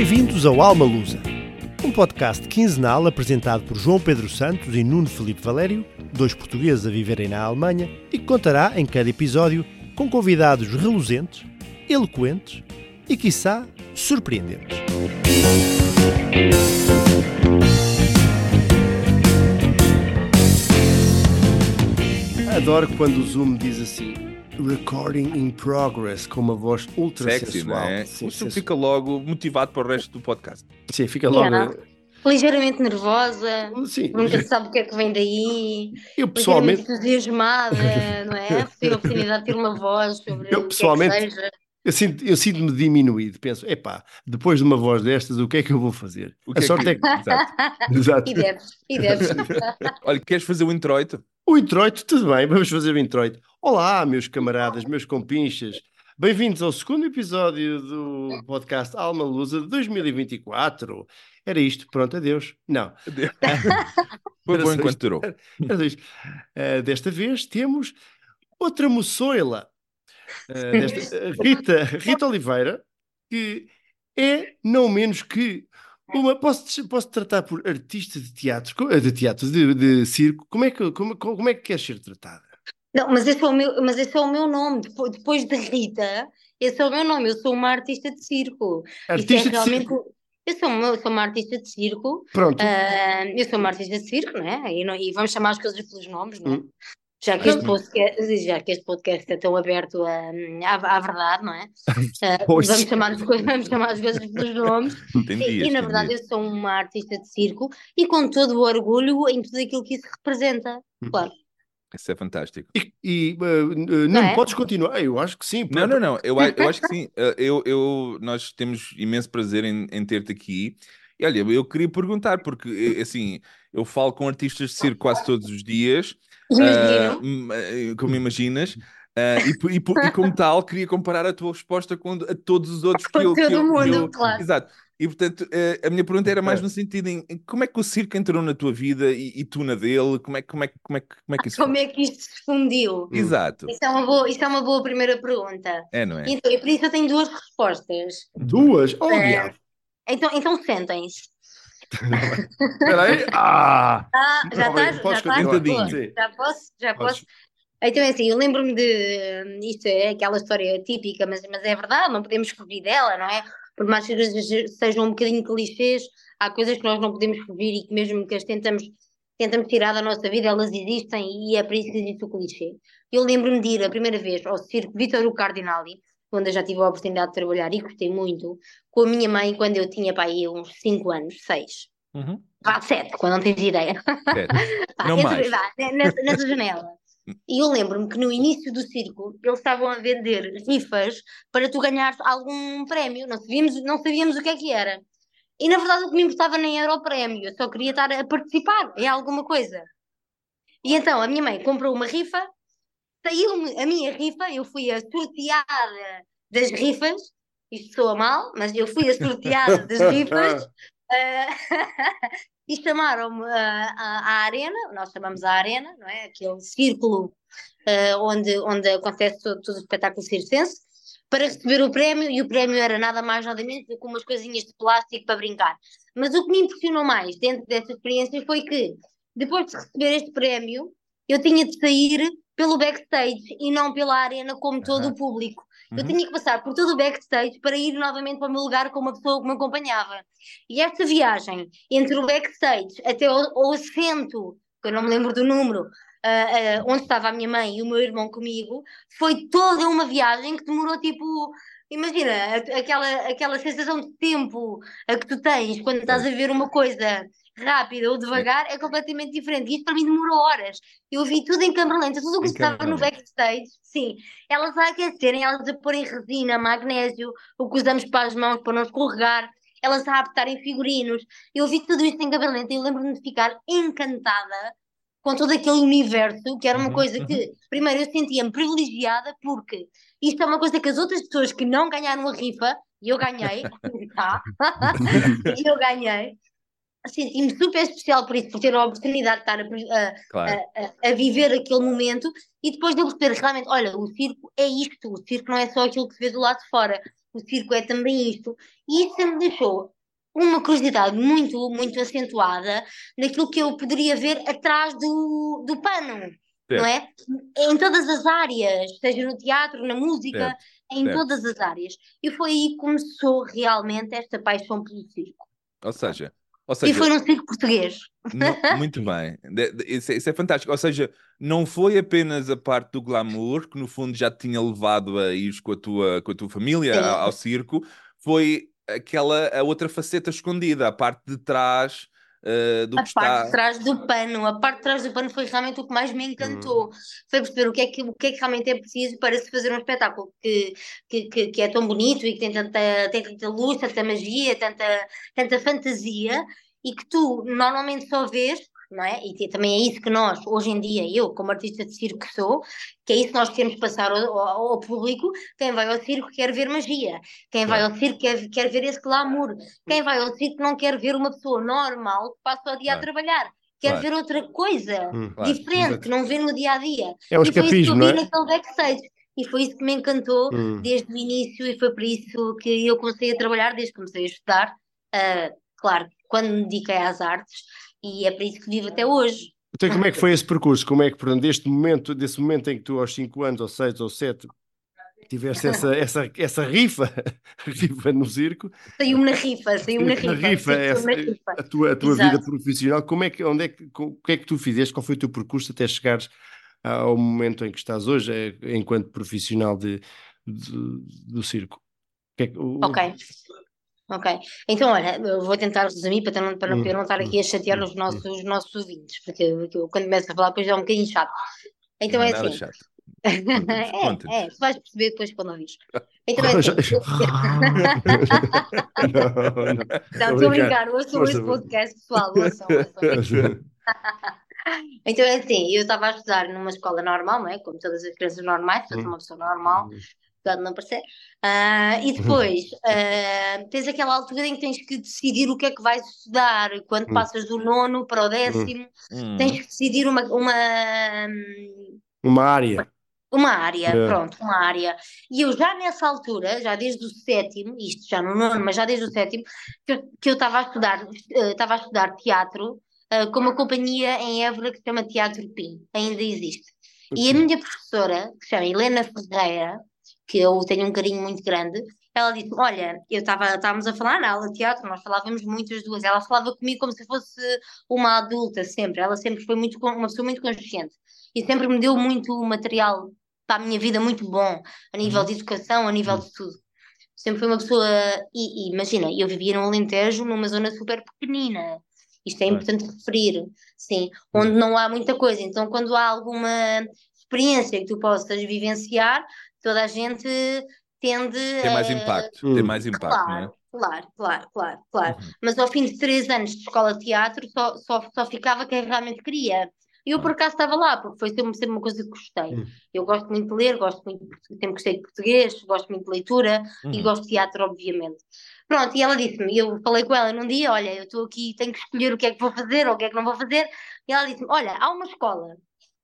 Bem-vindos ao Alma Lusa, um podcast quinzenal apresentado por João Pedro Santos e Nuno Filipe Valério, dois portugueses a viverem na Alemanha, e que contará em cada episódio com convidados reluzentes, eloquentes e, quiçá, surpreendentes. Adoro quando o Zoom diz assim, recording in progress, com uma voz ultra sexy, sensual. não é? Sim, Você fica logo motivado para o resto do podcast. Sim, fica logo... Ligeiramente nervosa, Sim. nunca se sabe o que é que vem daí, Eu ligeiramente pessoalmente... entusiasmada, não é? Ter a oportunidade de ter uma voz sobre Eu o que é que pessoalmente... seja. Eu sinto-me diminuído, penso, depois de uma voz destas, o que é que eu vou fazer? A sorte é que... Exato. E deves. Olha, queres fazer o introito? O introito, tudo bem, vamos fazer o introito. Olá, meus camaradas, meus compinchas. Bem-vindos ao segundo episódio do podcast Alma Lusa de 2024. Era isto, pronto, adeus. Não. Foi Era bom só enquanto isto. durou. Era isto. Desta vez temos outra moçoila. Rita Oliveira, que é não menos que uma... Posso tratar por artista de teatro, de circo? Como é que queres ser tratada? Não, mas esse é o meu nome. Depois de Rita, esse é o meu nome. Eu sou uma artista de circo. Artista Isso é de realmente... circo. Eu sou uma artista de circo. Pronto. Eu sou uma artista de circo, não é? E vamos chamar as coisas pelos nomes, não é? Já que este podcast é tão aberto à verdade, não é? Pois. Vamos chamar as coisas pelos nomes. E na verdade eu sou uma artista de circo e com todo o orgulho em tudo aquilo que isso representa, claro. Isso é fantástico. Não é? podes continuar? Eu acho que sim. Não. Eu acho que sim. Nós temos imenso prazer em ter-te aqui. E olha, eu queria perguntar, porque assim, eu falo com artistas de circo quase todos os dias. Como imaginas. E como tal, queria comparar a tua resposta com a todos os outros com todo mundo, claro. Exato. E portanto, a minha pergunta era mais no sentido em como é que o circo entrou na tua vida e tu na dele? Como é que isso Como é que isto se fundiu? Exato. Isso é uma boa primeira pergunta. É, não é? Então, e por isso eu tenho duas respostas. Duas? Oh, diabo. Então sentem-se. Espera aí. Já estás? Já posso. Então é assim, eu lembro-me isto é aquela história típica, mas é verdade, não podemos fugir dela, não é? Por mais que as coisas sejam um bocadinho clichês, há coisas que nós não podemos fugir e que mesmo que as tentamos tirar da nossa vida, elas existem e é para isso que existe o clichê. Eu lembro-me de ir a primeira vez ao circo Vítor Cardinali, onde eu já tive a oportunidade de trabalhar e gostei muito, com a minha mãe quando eu tinha para aí uns 5 anos, 6. Vá, 7, quando não tens ideia. Não mais. Nessa janela. E eu lembro-me que no início do circo eles estavam a vender rifas para tu ganhares algum prémio. Não sabíamos o que é que era. E na verdade o que me importava nem era o prémio, eu só queria estar a participar em alguma coisa. E então a minha mãe comprou uma rifa, saiu-me a minha rifa, eu fui a sorteada das rifas, isto soa mal, mas eu fui a sorteada das rifas. E chamaram-me à arena, nós chamamos a arena, não é? Aquele círculo onde acontece todo o espetáculo circense, para receber o prémio, e o prémio era nada mais nada menos do que umas coisinhas de plástico para brincar. Mas o que me impressionou mais dentro dessa experiência foi que, depois de receber este prémio, eu tinha de sair pelo backstage e não pela arena como todo o público. Eu tinha que passar por todo o backstage para ir novamente para o meu lugar com uma pessoa que me acompanhava. E esta viagem entre o backstage até o assento, que eu não me lembro do número, onde estava a minha mãe e o meu irmão comigo, foi toda uma viagem que demorou tipo... Imagina, aquela sensação de tempo que tu tens quando estás a ver uma coisa rápida ou devagar é completamente diferente. E isto para mim demorou horas. Eu vi tudo em câmara lenta, tudo o que estava no backstage, sim. Elas a aquecerem, elas a porem resina, magnésio, o que usamos para as mãos para não escorregar, elas a adaptarem figurinos. Eu vi tudo isto em câmara lenta e eu lembro-me de ficar encantada com todo aquele universo, que era uma coisa que, primeiro, eu sentia-me privilegiada porque isto é uma coisa que as outras pessoas que não ganharam a rifa, e eu ganhei, senti-me super especial por isso, por ter a oportunidade de estar a viver aquele momento, e depois de eu perceber que realmente, olha, o circo é isto, o circo não é só aquilo que se vê do lado de fora, o circo é também isto. E isso sempre me deixou uma curiosidade muito, muito acentuada daquilo que eu poderia ver atrás do pano, não Certo, é? Em todas as áreas, seja no teatro, na música, certo, em certo. todas as áreas. E foi aí que começou realmente esta paixão pelo circo. Ou seja, ou E foi seja, num circo português. muito bem. Isso é fantástico. Ou seja, não foi apenas a parte do glamour que no fundo já te tinha levado a ir com a tua família ao Sim, circo, foi a outra faceta escondida, a parte de trás, do a que parte de está. trás do pano, a parte de trás do pano foi realmente o que mais me Hum. encantou. Foi perceber o que é que realmente é preciso para se fazer um espetáculo que é tão bonito e que tem tanta luz, tanta magia, tanta fantasia e que tu normalmente só vês, não é? E também é isso que nós, hoje em dia, eu como artista de circo sou, que é isso que nós queremos passar ao público. Quem vai ao circo quer ver magia, quem vai Claro, ao circo quer ver esse glamour. Quem vai ao circo não quer ver uma pessoa normal que passa o dia a claro, trabalhar. Quer claro, ver outra coisa claro. diferente, que Exato. não vê no dia a dia. É um E foi isso que eu escapismo, não vi é? naquele backstage. E foi isso que me encantou Hum. desde o início, e foi por isso que eu comecei a trabalhar, desde que comecei a estudar. Claro, quando me dediquei às artes, e é para isso que vivo até hoje. Então, como é que foi esse percurso? Como é que, portanto, desse momento em que tu, aos 5 anos, ou 6 ou 7 tiveste essa rifa, rifa no circo, Saiu-me na rifa, saiu-me na essa rifa, o rifa, circo saiu-me na rifa. a tua vida Exato. profissional, o que é que tu fizeste? Qual foi o teu percurso até chegares ao momento em que estás hoje, enquanto profissional do circo? O que é que- Ok. Ok. Então, olha, eu vou tentar resumir para não estar hum, aqui a chatear os hum. nossos ouvintes, porque eu, quando começo a falar, depois é um bocadinho chato. Então Não é é nada assim. chato. Conta-nos, É, conta-nos. tu vais perceber depois quando ouvires. Então é assim. Não, não, Não, estou a estou a brincar. brincar, ouçam Força. este podcast, pessoal, ouçam. Então é assim, eu estava a estudar numa escola normal, não é? Como todas as crianças normais, eu sou uma pessoa normal, apesar de não parecer. E depois tens aquela altura em que tens que decidir o que é que vais estudar. Quando passas do nono para o 10º, tens Hum, que decidir Uma área. uma área, É. pronto, uma área. E eu já nessa altura, já desde o 7º, isto já no nono, mas já desde o 7º, que eu estava a estudar teatro, com uma companhia em Évora que se chama Teatro Pim, ainda existe. E a Ok. minha professora, que se chama Helena Ferreira, que eu tenho um carinho muito grande, ela disse: Olha, estávamos a falar na aula de teatro, nós falávamos muito as duas. Ela falava comigo como se fosse uma adulta, sempre. Ela sempre foi uma pessoa muito consciente e sempre me deu muito material para a minha vida, muito bom, a nível de educação, a nível de tudo. Sempre foi uma pessoa. E imagina, eu vivia no Alentejo, numa zona super pequenina. Isto é bem, importante referir, sim, onde não há muita coisa. Então, quando há alguma experiência que tu possas vivenciar, toda a gente tende tem mais a. impacto, tem mais impacto, não é? Claro, claro, claro, claro, claro. Uhum, Mas ao fim de 3 anos de escola de teatro, só ficava quem realmente queria. E eu, por claro. acaso, estava lá, porque foi sempre uma coisa que gostei. Hum. Eu gosto muito de ler, sempre gostei de português, gosto muito de leitura e Uhum, gosto de teatro, obviamente. Pronto, e ela disse-me, eu falei com ela num dia: Olha, eu estou aqui, tenho que escolher o que é que vou fazer ou o que é que não vou fazer. E ela disse-me: Olha, há uma escola,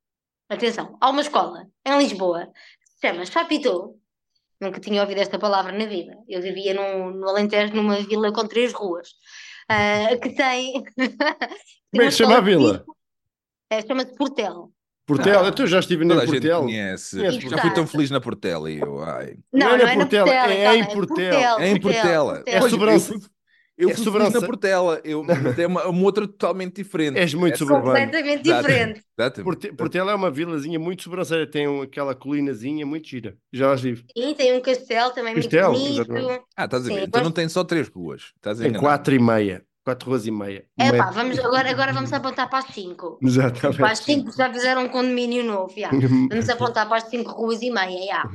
atenção, há uma escola em Lisboa que se chama Chapitou. Nunca tinha ouvido esta palavra na vida. Eu vivia no Alentejo, numa vila com 3 ruas, que tem, tem Como é uma que se chama escola a de vila? circo, chama-se Portel. Portel? Ah, Eu já estive toda em a gente Portel. conhece. Conheces E Já fui tão Portel? está. feliz na Portela e eu, ai. Não é Não, na não é na Portela, Portela, é calma, em é Portel. Portel, É em Portel, Portela. É Portel. Pois, eu sobrança. fui, eu É fui feliz na sobrança. Portela, mas é uma outra totalmente diferente. És muito Essa, suburbano. Completamente exatamente, diferente. exatamente. Portela é uma vilazinha muito sobranceira. Tem aquela colinazinha muito gira. Já as vi. E tem um castelo também muito Castelo, bonito. exatamente. Estás a Sim, ver? eu Então não gosto. tem só 3 ruas. Estás Tem enganado. 4 e meia. 4 ruas e meia. Epá, agora vamos apontar para as 5. Para as Exatamente. 5 já fizeram um condomínio novo, já. Vamos apontar para as 5 ruas e meia, já.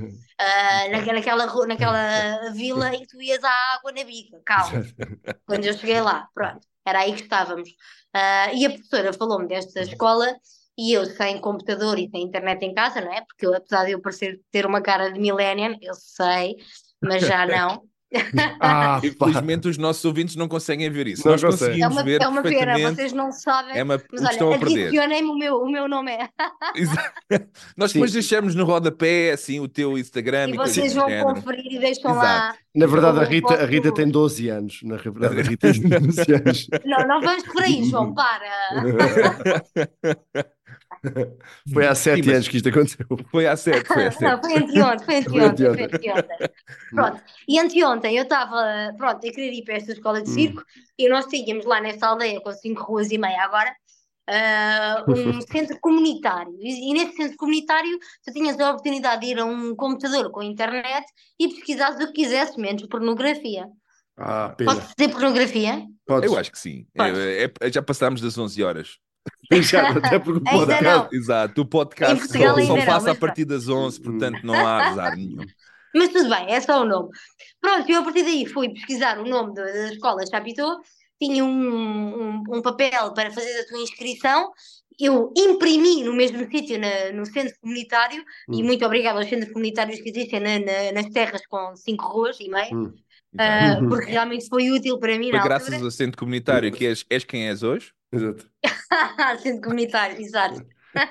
Naquela vila em que tu ias à água na bica, calma. Quando eu cheguei lá, pronto, era aí que estávamos. E a professora falou-me desta escola e eu sem computador e sem internet em casa, não é? Porque apesar de eu parecer ter uma cara de millennial, eu sei, mas já não. Ah, pá, Infelizmente, os nossos ouvintes não conseguem ver isso. não Nós consegue. conseguimos ver É uma pena, perfeitamente vocês não sabem, mas o que olha, estão a perder. adicionem-me o meu nome é. Exa- Nós Sim, depois deixamos no rodapé, assim, o teu Instagram E e coisas vocês do vão género. conferir e deixam Exato, lá na verdade exato. o A Rita tem vosso. 12 anos. Na verdade a Rita tem 12 anos. Não, não vamos por aí, João, para. Foi há Sim, 7 anos mas que isto aconteceu. foi à sete, foi à Não, sete. foi anteontem, foi Foi anteontem, foi anteontem. anteontem. Pronto, e anteontem eu estava, pronto, eu queria ir para esta escola de circo e nós tínhamos lá nesta aldeia, com 5 ruas e meia agora, um centro comunitário. E nesse centro comunitário tu tinhas a oportunidade de ir a um computador com internet e pesquisares o que quisesse, menos pornografia. Ah, Posso pena. dizer pornografia? Eu Podes. acho que sim. Podes. Já passámos das 11 horas. Já, até porque o Ainda podcast. não. Exato, o Em podcast Portugal só ainda não, passa a mas pronto. partir das 11, portanto não há azar nenhum. Mas tudo bem, é só o nome. Pronto, eu a partir daí fui pesquisar o nome da escola Chapitou, tinha um papel para fazer a tua inscrição, eu imprimi no mesmo sítio, no centro comunitário, e muito obrigada aos centros comunitários que existem nas terras com 5 ruas e meia, Exato. porque realmente foi útil para mim Foi na graças altura. ao centro comunitário que és quem és hoje? Exato. Centro comunitário, exato.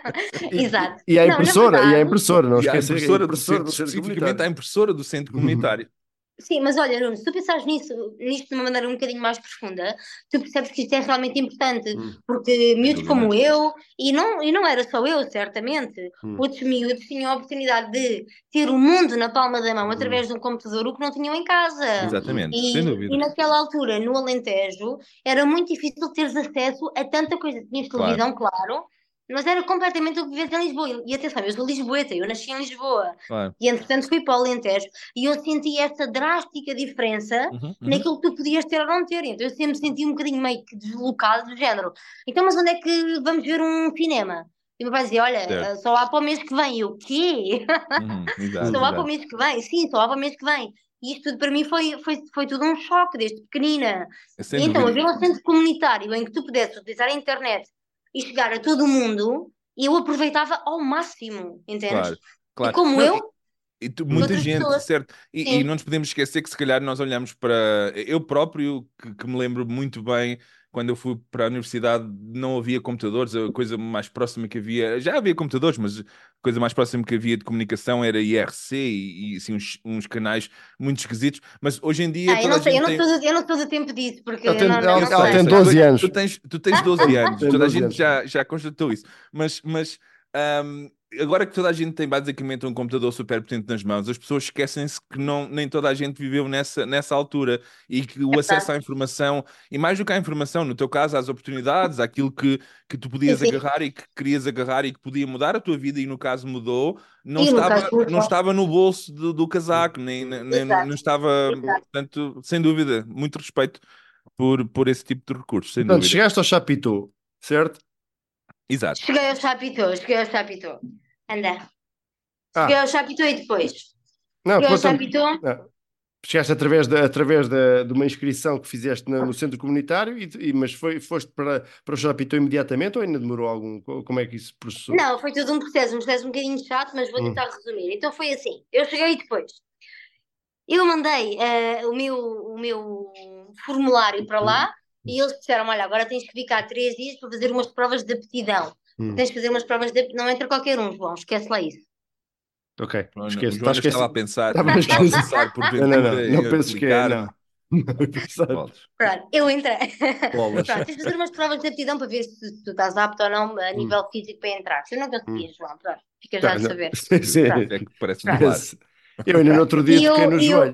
E, Exato. e a Não, na impressora, e a verdade. impressora, não E a esquecer, a impressora do impressora centro, do centro especificamente a comunitário. impressora do centro comunitário. Sim, mas olha, Nuno, se tu pensares nisto de uma maneira um bocadinho mais profunda, tu percebes que isto é realmente importante, porque Sem miúdos dúvida. como eu, e não era só eu, certamente, Hum. outros miúdos tinham a oportunidade de ter o mundo na palma da mão através de um computador, o que não tinham em casa. Exatamente, sem E dúvida. naquela altura, no Alentejo, era muito difícil teres acesso a tanta coisa. Tinhas Claro, televisão, claro, mas era completamente o que vives em Lisboa. E atenção, eu sou lisboeta, eu nasci em Lisboa. claro. E entretanto fui para o Alentejo e eu senti esta drástica diferença Uhum, uhum. naquilo que tu podias ter ou não ter. Então eu sempre me senti um bocadinho meio que deslocado do género. Então, mas onde é que vamos ver um cinema? E o meu pai dizia: Olha, Certo. só há para o mês que vem. E eu, o quê? Exato, Só há para o exato. mês que vem? Sim, só há para o mês que vem. E isto tudo para mim foi tudo um choque desde pequenina. Sem E então dúvida. havia um centro comunitário em que tu pudesses utilizar a internet e chegar a todo o mundo, e eu aproveitava ao máximo, entendes? Claro, E claro. como Não, eu, e muita outras gente, pessoas. certo? E Sim. não nos podemos esquecer que se calhar nós olhamos para. Eu próprio, que me lembro muito bem, quando eu fui para a universidade, não havia computadores, a coisa mais próxima que havia. Já havia computadores, mas a coisa mais próxima que havia de comunicação era IRC e assim, uns canais muito esquisitos. Mas hoje em dia Eu toda a não sei, gente tem. eu não sou do tempo disso, porque Ela tem, não ela Eu tem sei. sei, 12 anos. tu tens 12 anos, Tem toda a 12 gente anos. já constatou isso. Mas agora que toda a gente tem basicamente um computador super potente nas mãos, as pessoas esquecem-se que nem toda a gente viveu nessa altura e que É o acesso verdade. à informação, e mais do que à informação, no teu caso, às oportunidades, àquilo que tu Sim, podias sim. agarrar e que querias agarrar e que podia mudar a tua vida, e no caso mudou, não E no caso estava, do não João, estava no bolso do casaco, nem não exato, estava, exato. portanto, sem dúvida, muito respeito por esse tipo de recursos, sem Portanto, dúvida. chegaste ao Chapitou, certo? Exato. Cheguei ao Chapitou. Anda. Cheguei Ah, ao Chapitou e depois. não, Cheguei ao conta-me. Chapitou. Ah, chegaste através de uma inscrição que fizeste no centro comunitário, mas foste para o Chapitou imediatamente ou ainda demorou algum? Como é que isso processou? Não, foi todo um processo um bocadinho chato, mas vou Hum, tentar resumir. Então foi assim, eu cheguei depois. Eu mandei o meu formulário para lá e eles disseram: Olha, agora tens que ficar 3 dias para fazer umas provas de aptidão. hum. Tens que fazer umas provas de aptidão. Não entra qualquer um, João, esquece lá isso. Ok, O esqueço. João Está ainda estava a esquecido. pensar, Estava ainda estava a esquecido. pensar Não, não, não. porventura Não em penses que é. aplicar. Não. Não, pensar. Bolas. Pronto, eu entrei. Bolas. Pronto, tens de fazer umas provas de aptidão para ver se tu estás apto ou não a Hum, nível físico para entrar. Se eu não hum. conseguia, João, pronto, fica já Tá, a não. saber. Sim, sim. Pronto, É que parece-me pronto, claro. Esse. Eu ainda no pronto. outro dia toquei no E eu... joelho.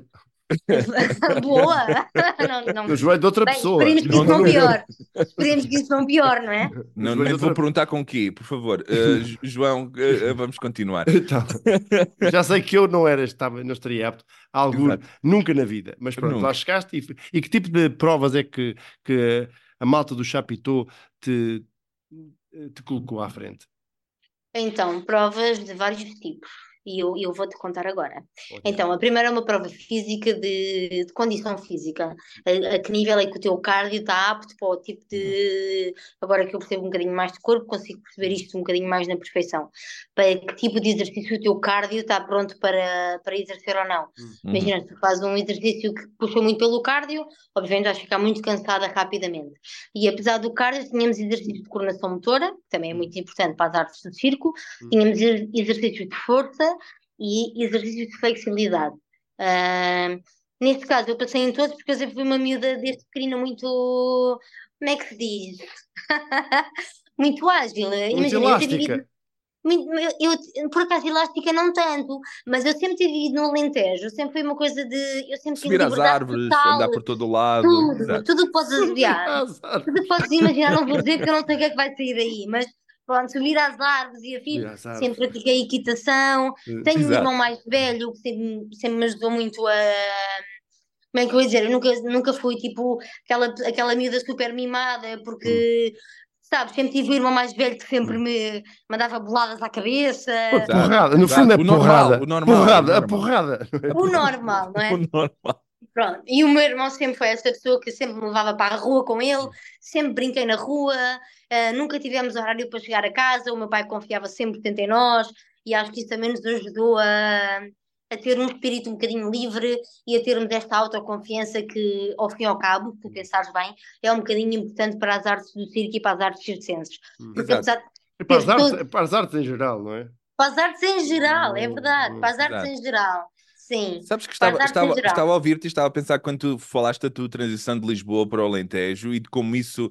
Boa! Não, não. No joelho de outra Bem, pessoa. esperemos que Não, isso não no meu. piore. Esperemos que isso não piore, não é? No Não, joelho nem de te vou outra. perguntar com quê, por favor. João, vamos continuar. Então, já sei que eu não estaria apto a algo, Exato. nunca na vida. Mas pronto, lá Nunca. chegaste. E que tipo de provas é que a malta do Chapitou te colocou à frente? Então, provas de vários tipos. e eu vou-te contar agora. Ok. Então, a primeira é uma prova física de condição física. A que nível é que o teu cardio está apto para o tipo de. Agora que eu percebo um bocadinho mais de corpo, consigo perceber isto um bocadinho mais na perfeição. Para que tipo de exercício o teu cardio está pronto para exercer ou não. Uhum. Imagina, se tu fazes um exercício que puxa muito pelo cardio, obviamente vais ficar muito cansada rapidamente. E apesar do cardio, tínhamos exercícios de coordenação motora, que também é muito importante para as artes do circo, tínhamos exercícios de força e exercícios de flexibilidade. Ah, Neste caso, eu passei em todos porque eu sempre fui uma miúda desde pequenina muito. Como é que se diz? Muito ágil. Muito Imagina, eu ter vivido. elástica. Por acaso, elástica não tanto, mas eu sempre ter vivido no Alentejo. Sempre foi uma coisa de. Eu sempre tive Subir às liberdade árvores, total. andar por todo o lado. Tudo, Exato. tudo o que podes Subir assobiar. às Tudo o que árvores. podes imaginar, não vou dizer porque eu não sei o que é que vai sair daí, mas pronto, subir às árvores e Subir afim, às árvores. sempre pratiquei equitação. Tenho um irmão Exato. mais velho que sempre me ajudou muito a. Como é que eu ia dizer? Eu nunca fui tipo aquela miúda super mimada, Hum. porque, sabes, sempre tive um irmão mais velho que sempre me mandava boladas à cabeça. Uma Exato. porrada. No fundo Exato. é O normal, porrada. o normal, o Porrada, a normal. porrada. O normal, não O é? normal. Pronto, e o meu irmão sempre foi essa pessoa que sempre me levava para a rua com ele, sempre brinquei na rua, nunca tivemos horário para chegar a casa, o meu pai confiava sempre tanto em nós, e acho que isso também nos ajudou a ter um espírito um bocadinho livre e a termos esta autoconfiança que, ao fim e ao cabo, se tu pensares bem, é um bocadinho importante para as artes do circo e para as artes circenses. Porque Exato. apesar de E ter todo, para as artes em geral, não é? para as artes em geral, é verdade, para as artes Exato. em geral, sim, Sabes que para as artes em estava geral. a ouvir-te e estava a pensar quando tu falaste da tua transição de Lisboa para o Alentejo e de como isso,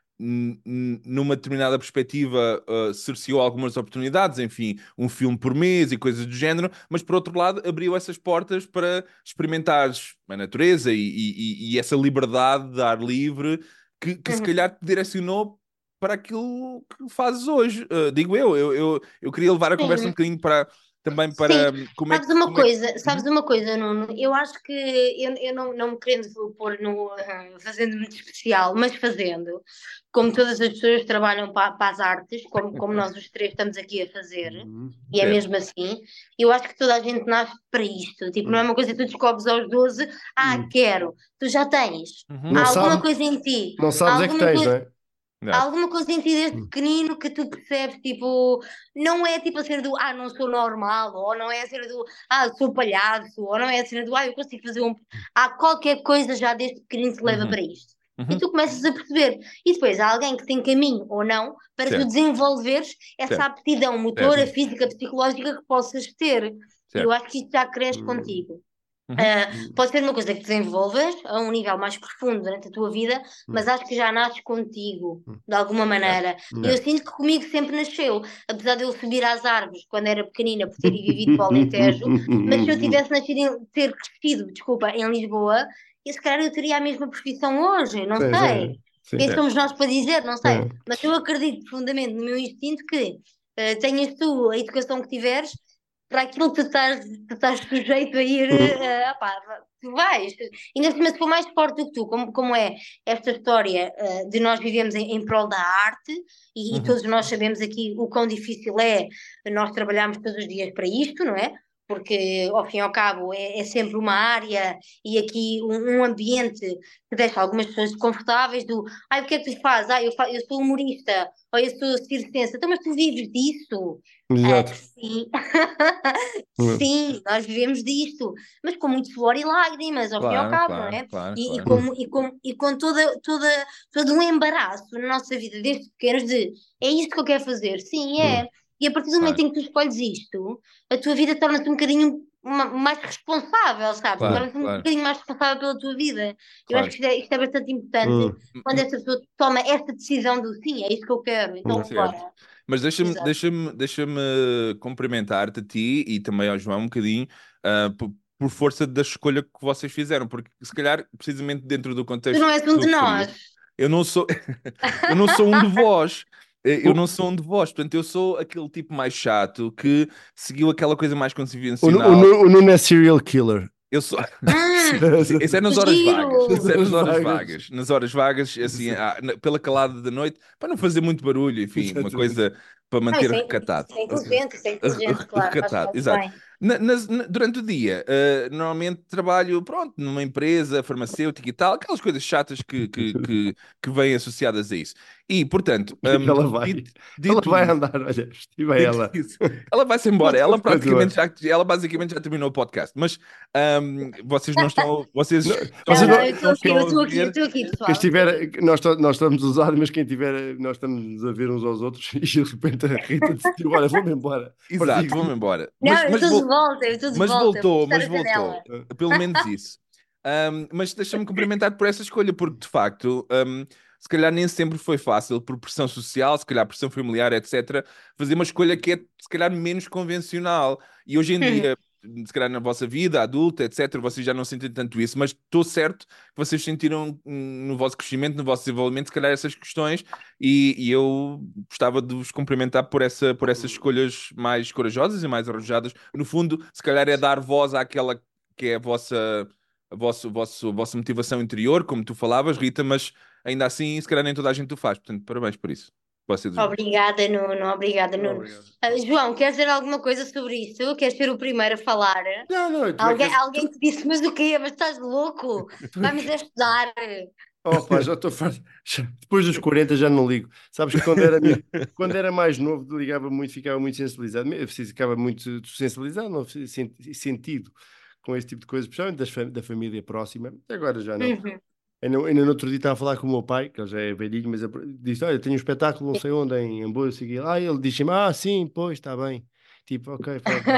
numa determinada perspectiva, cerceou algumas oportunidades, enfim, um filme por mês e coisas do género, mas por outro lado abriu essas portas para experimentares a natureza e essa liberdade de ar livre que se Uhum. calhar te direcionou para aquilo que fazes hoje. Digo eu queria levar a conversa um Sim. bocadinho também Sim, para como é que... sabes Uhum. uma coisa, Nuno? Eu acho que eu não me querendo pôr no fazendo-me de especial, mas fazendo, como todas as pessoas que trabalham para as artes, como nós os três estamos aqui a fazer, e é Certo. mesmo assim, eu acho que toda a gente nasce para isto. Tipo, não é uma coisa que tu descobres aos 12, quero, tu já tens. Uhum. Não Há alguma sabe, coisa em ti, não há sabes é que alguma tens, não coisa. é? Há Exato. alguma coisa em ti desde pequenino que tu percebes, tipo, não é tipo a cena do não sou normal, ou não é a cena do sou palhaço, ou não é a cena do eu consigo fazer um. Há qualquer coisa já desde pequenino que te leva Uhum. para isto. E Uhum. tu começas a perceber. E depois há alguém que tem caminho ou não para tu Certo, desenvolveres essa certo, aptidão motora, certo, física, psicológica que possas ter. E eu certo. acho que isto já cresce Hum, contigo. Uhum. Pode ser uma coisa que desenvolvas a um nível mais profundo durante a tua vida, mas acho que já nasce contigo, de alguma Certo, maneira. E eu certo. sinto que comigo sempre nasceu, apesar de eu subir às árvores quando era pequenina por ter vivido para o Alentejo, mas se eu tivesse nascido, ter crescido, desculpa, em Lisboa, e se calhar eu teria a mesma profissão hoje, não Sim, sei. sim, sim. Quem Certo. somos nós para dizer, não sei. É. Mas eu acredito profundamente no meu instinto que tenhas tu a educação que tiveres, para aquilo que tu estás sujeito a ir, tu vais. Ainda por cima, se for mais forte do que tu, como é esta história de nós vivemos em prol da arte, e Uhum. todos nós sabemos aqui o quão difícil é nós trabalharmos todos os dias para isto, não é? Porque, ao fim e ao cabo, é sempre uma área e aqui um ambiente que deixa algumas pessoas desconfortáveis do, o que é que tu fazes? Eu sou humorista, ou eu sou circense. Então, mas tu vives disso? Exato. Sim. Hum, Sim, nós vivemos disto, mas com muito suor e lágrimas, ao fim e ao Claro, cabo, não claro, é? claro, E, e claro. com, e com, e com todo um embaraço na nossa vida, desde pequenos, de é isto que eu quero fazer, sim, hum. é. E a partir do momento Claro, em que tu escolhes isto, a tua vida torna-se um bocadinho mais responsável, sabes? claro, Torna-se um claro, bocadinho mais responsável pela tua vida. Eu acho claro. que isto é bastante importante Hum, quando essa pessoa toma essa decisão do sim, é isto que eu quero, então Certo. bora. Mas Exato. deixa-me cumprimentar-te a ti e também ao João um bocadinho, por força da escolha que vocês fizeram, porque se calhar, precisamente dentro do Tu não contexto és que um tu de nós. referias, eu não sou, eu não sou um de vós. Eu não sou um de vós, portanto, eu sou aquele tipo mais chato que seguiu aquela coisa mais convencional. O Nuno é serial killer. Eu sou. Hum, Sim, isso é nas que horas vagas. giro! Isso é Das nas horas vagas. vagas. Nas horas vagas, assim, pela calada da noite, para não fazer muito barulho, enfim, uma Exatamente. coisa para Não, manter isso é, recatado. isso é inteligente, claro, faz, Recatado, faz exato. bem. Durante o dia, normalmente trabalho, pronto, numa empresa farmacêutica e tal, aquelas coisas chatas que vêm associadas a isso. E, portanto, Onde é que ela vai? dito, Ela dito vai isso, andar, olha, estiva dito ela. isso, ela vai-se embora. Ela Continua. ela basicamente já terminou o podcast. Mas vocês não estão, vocês Não, Não, vocês não, não, eu estou quem, aqui, eu estou aqui, eu ver. estou aqui, quem pessoal, eu estou aqui. estiver, nós estamos usados, mas quem tiver, nós estamos a ver uns aos outros e de repente a Rita decidiu, olha, vou-me embora. Exato, Parti. vou-me embora. Não, eu estou de volta, eu estou de volta, vou fechar Mas a janela. voltou. Pelo menos isso. Mas deixa-me cumprimentar por essa escolha, porque de facto, se calhar nem sempre foi fácil, por pressão social, se calhar pressão familiar, etc., fazer uma escolha que é se calhar menos convencional. E hoje em dia, se calhar na vossa vida adulta, etc., vocês já não sentem tanto isso, mas estou certo que vocês sentiram no vosso crescimento, no vosso desenvolvimento, se calhar essas questões, e eu gostava de vos cumprimentar por essas escolhas mais corajosas e mais arrojadas. No fundo, se calhar é dar voz àquela que é a vossa motivação interior, como tu falavas, Rita, mas ainda assim, se calhar nem toda a gente o faz. Portanto, parabéns por isso. Você dos meus. Obrigada, Nuno, obrigada, Nuno. Obrigado. João, queres dizer alguma coisa sobre isso? Queres ser o primeiro a falar? Não, tu é que Alguém te disse, mas o quê? Mas estás louco? tu é Vai-me que... estudar. Opa, já estou farto. Depois dos 40 já não ligo. Sabes que quando era mais novo, ligava muito, ficava muito sensibilizado. Ficava muito sensibilizado, não, sentido com esse tipo de coisas, especialmente da família próxima. Agora já não. Uhum. Ainda no outro dia estava a falar com o meu pai, que ele já é velhinho, mas disse: Olha, tenho um espetáculo, não sei onde, em Hamburgo. Ele disse-me: Ah, sim, pois, está bem. Tipo, ok, pronto.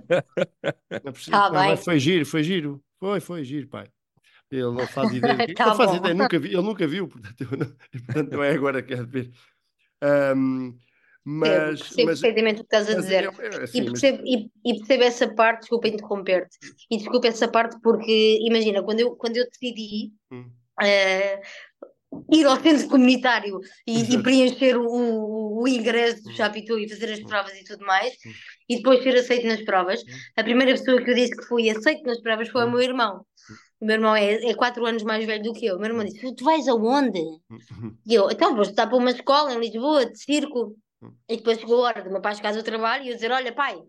Não preciso- Tá mas bem, foi giro, foi giro. Foi giro, pai. Ele não faz ideia do que. Não tá faz bom. ideia, ele nunca viu, portanto, portanto não é agora que quer ver. Ahm, Percebo, mas, percebo mas, perfeitamente o que estás a mas dizer. E assim, mas. percebo, e percebo essa parte, desculpa interromper-te, e desculpa essa parte porque, imagina, quando eu decidi Hum, eh, ir ao centro comunitário e exato. preencher o ingresso do Hum, Chapitou e fazer as hum, provas e tudo mais, hum, e depois ser aceito nas provas, hum, a primeira pessoa que eu disse que fui aceito nas provas foi o hum, meu irmão. O meu irmão é 4 anos mais velho do que eu. O meu irmão hum, disse: Tu vais aonde? hum, E eu, então vou estudar para uma escola em Lisboa, de circo. hum, E depois chegou a hora do meu pai chegar do trabalho e eu dizer: Olha, pai,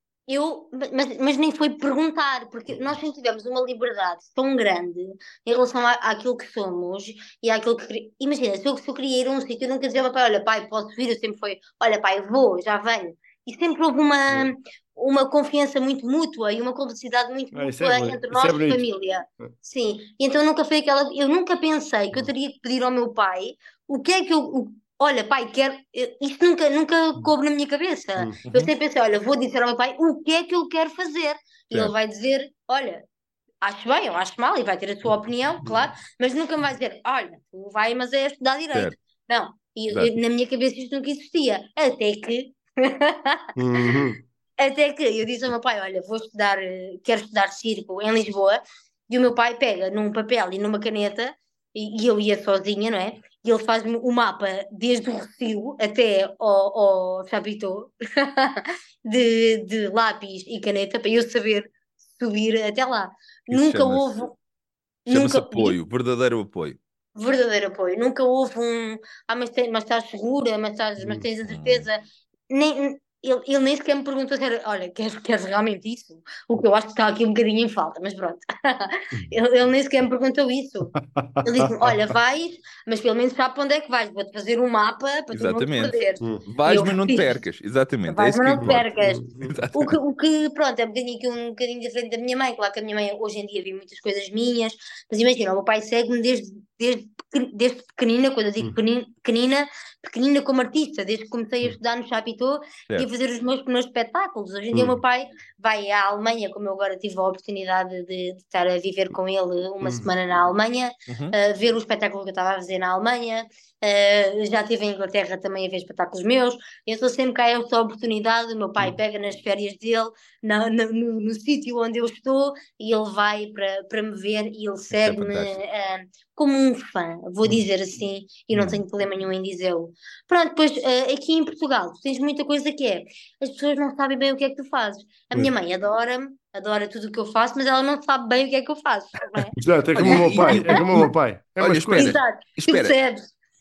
mas nem foi perguntar, porque nós sempre tivemos uma liberdade tão grande em relação àquilo que somos e àquilo que. Imagina, se eu queria ir a um sítio, eu nunca dizia ao meu pai: Olha, pai, posso vir? Eu sempre foi: Olha, pai, vou, já venho. E sempre houve hum. uma confiança muito mútua e uma cumplicidade muito Isso é mútua bonito. entre Isso é nós, bonito. família. Sim. E então nunca foi aquela. Eu nunca pensei que eu Hum, teria que pedir ao meu pai o que é que eu. Olha, pai, quero. Isto nunca hum, coube na minha cabeça. hum, Eu Uhum, sempre pensei, olha, vou dizer ao meu pai o que é que eu quero fazer. E ele certo. vai dizer, olha, acho bem ou acho mal, e vai ter a sua opinião, claro, mas nunca me vai dizer, olha, tu vai, mas é estudar direito. Certo. Não, e Exato. na minha cabeça isto nunca existia. Até que, hum, até que eu disse ao meu pai, olha, quero estudar circo em Lisboa, e o meu pai pega num papel e numa caneta, e eu ia sozinha, não é? E ele faz-me o mapa desde o Recio até ao Chapitou, de lápis e caneta, para eu saber subir até lá. Isso Nunca houve, chama-se nunca, apoio, verdadeiro apoio. verdadeiro apoio, nunca houve mas estás segura, mas hum. tens a certeza. Nem, ele nem sequer me perguntou se era, olha, queres realmente isso? O que eu acho que está aqui um bocadinho em falta, mas pronto. Ele nem sequer me perguntou isso. Ele disse-me, olha, vais, mas pelo menos sabe para onde é que vais. Vou-te fazer um mapa para tu não te Exatamente. perderes. Hum, E Vais, eu mas não te fiz. percas. Exatamente. É Vais, isso mas que não te importa. percas. Exato. Pronto, é um bocadinho diferente da minha mãe. Claro que a minha mãe hoje em dia vive muitas coisas minhas, mas imagina, o meu pai segue-me desde pequenina, quando eu digo hum, pequenina, pequenina como artista, desde que comecei a hum, estudar no Chapitão e a Certo. fazer os meus espetáculos. Hoje em dia o meu hum, pai vai à Alemanha, como eu agora tive a oportunidade de estar a viver com ele uma hum, semana na Alemanha, Uhum. ver o espetáculo que eu estava a fazer na Alemanha. Já estive em Inglaterra também a ver espetáculos meus. Eu estou sempre cá a esta oportunidade. O meu pai hum. pega nas férias dele, no sítio onde eu estou, e ele vai para me ver e ele Isso é segue-me fantástico. como um fã, vou Hum, dizer assim, e não Uhum. tenho problema nenhum em dizê-lo. Pronto, pois aqui em Portugal, tu tens muita coisa que é, as pessoas não sabem bem o que é que tu fazes. A minha Pois. mãe adora-me, adora tudo o que eu faço, mas ela não sabe bem o que é que eu faço, não é? Exato, é Olha, como o meu pai, é como o meu pai. É uma olha, escolha. espera, Exato, tu espera. percebes?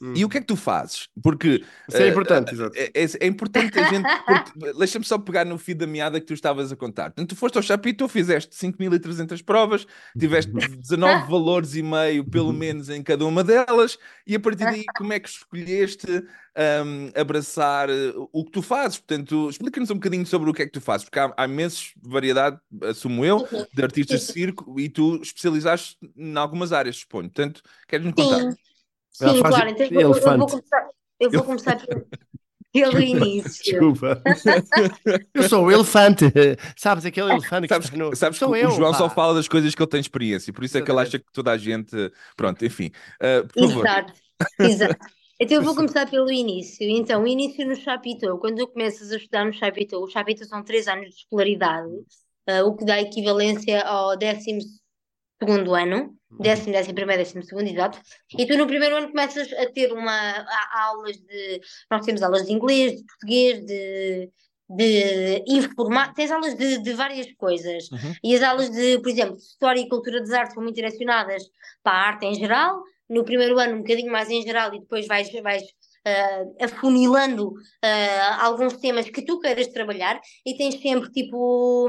E o que é que tu fazes? Porque Isso é importante, exato. é importante a gente. Deixa-me só pegar no fio da meada que tu estavas a contar. Portanto, tu foste ao Chapitão, fizeste 5.300 provas, tiveste 19 valores e meio, pelo menos, em cada uma delas, e a partir daí, como é que escolheste abraçar o que tu fazes? Portanto, explica-nos um bocadinho sobre o que é que tu fazes, porque há imensa variedade, assumo eu, de artistas de circo, e tu especializaste em algumas áreas, suponho. Portanto, queres-nos contar? Sim, Ela sim, faz claro. Então elefante. eu vou começar pelo início. Desculpa. Eu sou o elefante. Sabes, aquele elefante que está no... Sabes que Sou o eu, João só pá. fala das coisas que ele tem experiência, por isso é que ele acha Exatamente. que toda a gente. Pronto, enfim. Por favor. Exato, exato. Então eu vou começar pelo início. Então, o início no Chapitão. Quando eu começas a estudar no Chapitão, o Chapitão são 3 anos de escolaridade, o que dá equivalência ao 12º ano, décimo primeiro, 12º, exato. E tu no primeiro ano começas a ter aulas de. Nós temos aulas de inglês, de português, de informática, tens aulas de várias coisas. Uhum. E as aulas de, por exemplo, de História e Cultura das Artes são muito direcionadas para a arte em geral. No primeiro ano, um bocadinho mais em geral, e depois vais afunilando alguns temas que tu queiras trabalhar, e tens sempre tipo.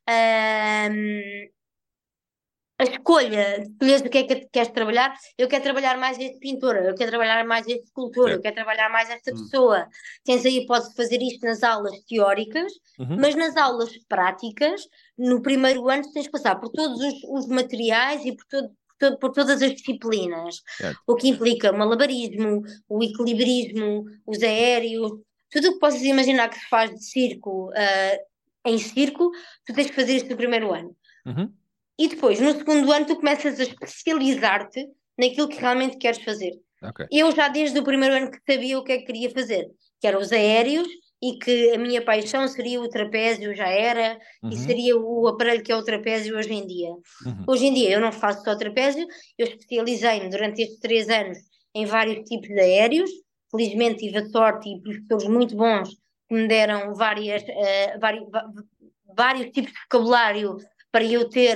A escolha, escolheres o que é que queres trabalhar. Eu quero trabalhar mais este pintor, eu quero trabalhar mais este escultor, eu Certo. quero trabalhar mais esta pessoa. Tens aí, podes fazer isto nas aulas teóricas, Uhum. mas nas aulas práticas, no primeiro ano, tens que passar por todos os materiais e por todas as disciplinas, Certo. o que implica o malabarismo, o equilibrismo, os aéreos, tudo o que possas imaginar que se faz de circo em circo, tu tens que fazer isto no primeiro ano. Uhum. E depois, no segundo ano, tu começas a especializar-te naquilo que realmente queres fazer. Ok. Eu já desde o primeiro ano que sabia o que é que queria fazer, que eram os aéreos, e que a minha paixão seria o trapézio, já era, e Uhum. seria o aparelho que é o trapézio hoje em dia. Uhum. Hoje em dia eu não faço só trapézio, eu especializei-me durante estes 3 anos em vários tipos de aéreos. Felizmente tive a sorte e professores muito bons que me deram vários tipos de vocabulário para eu ter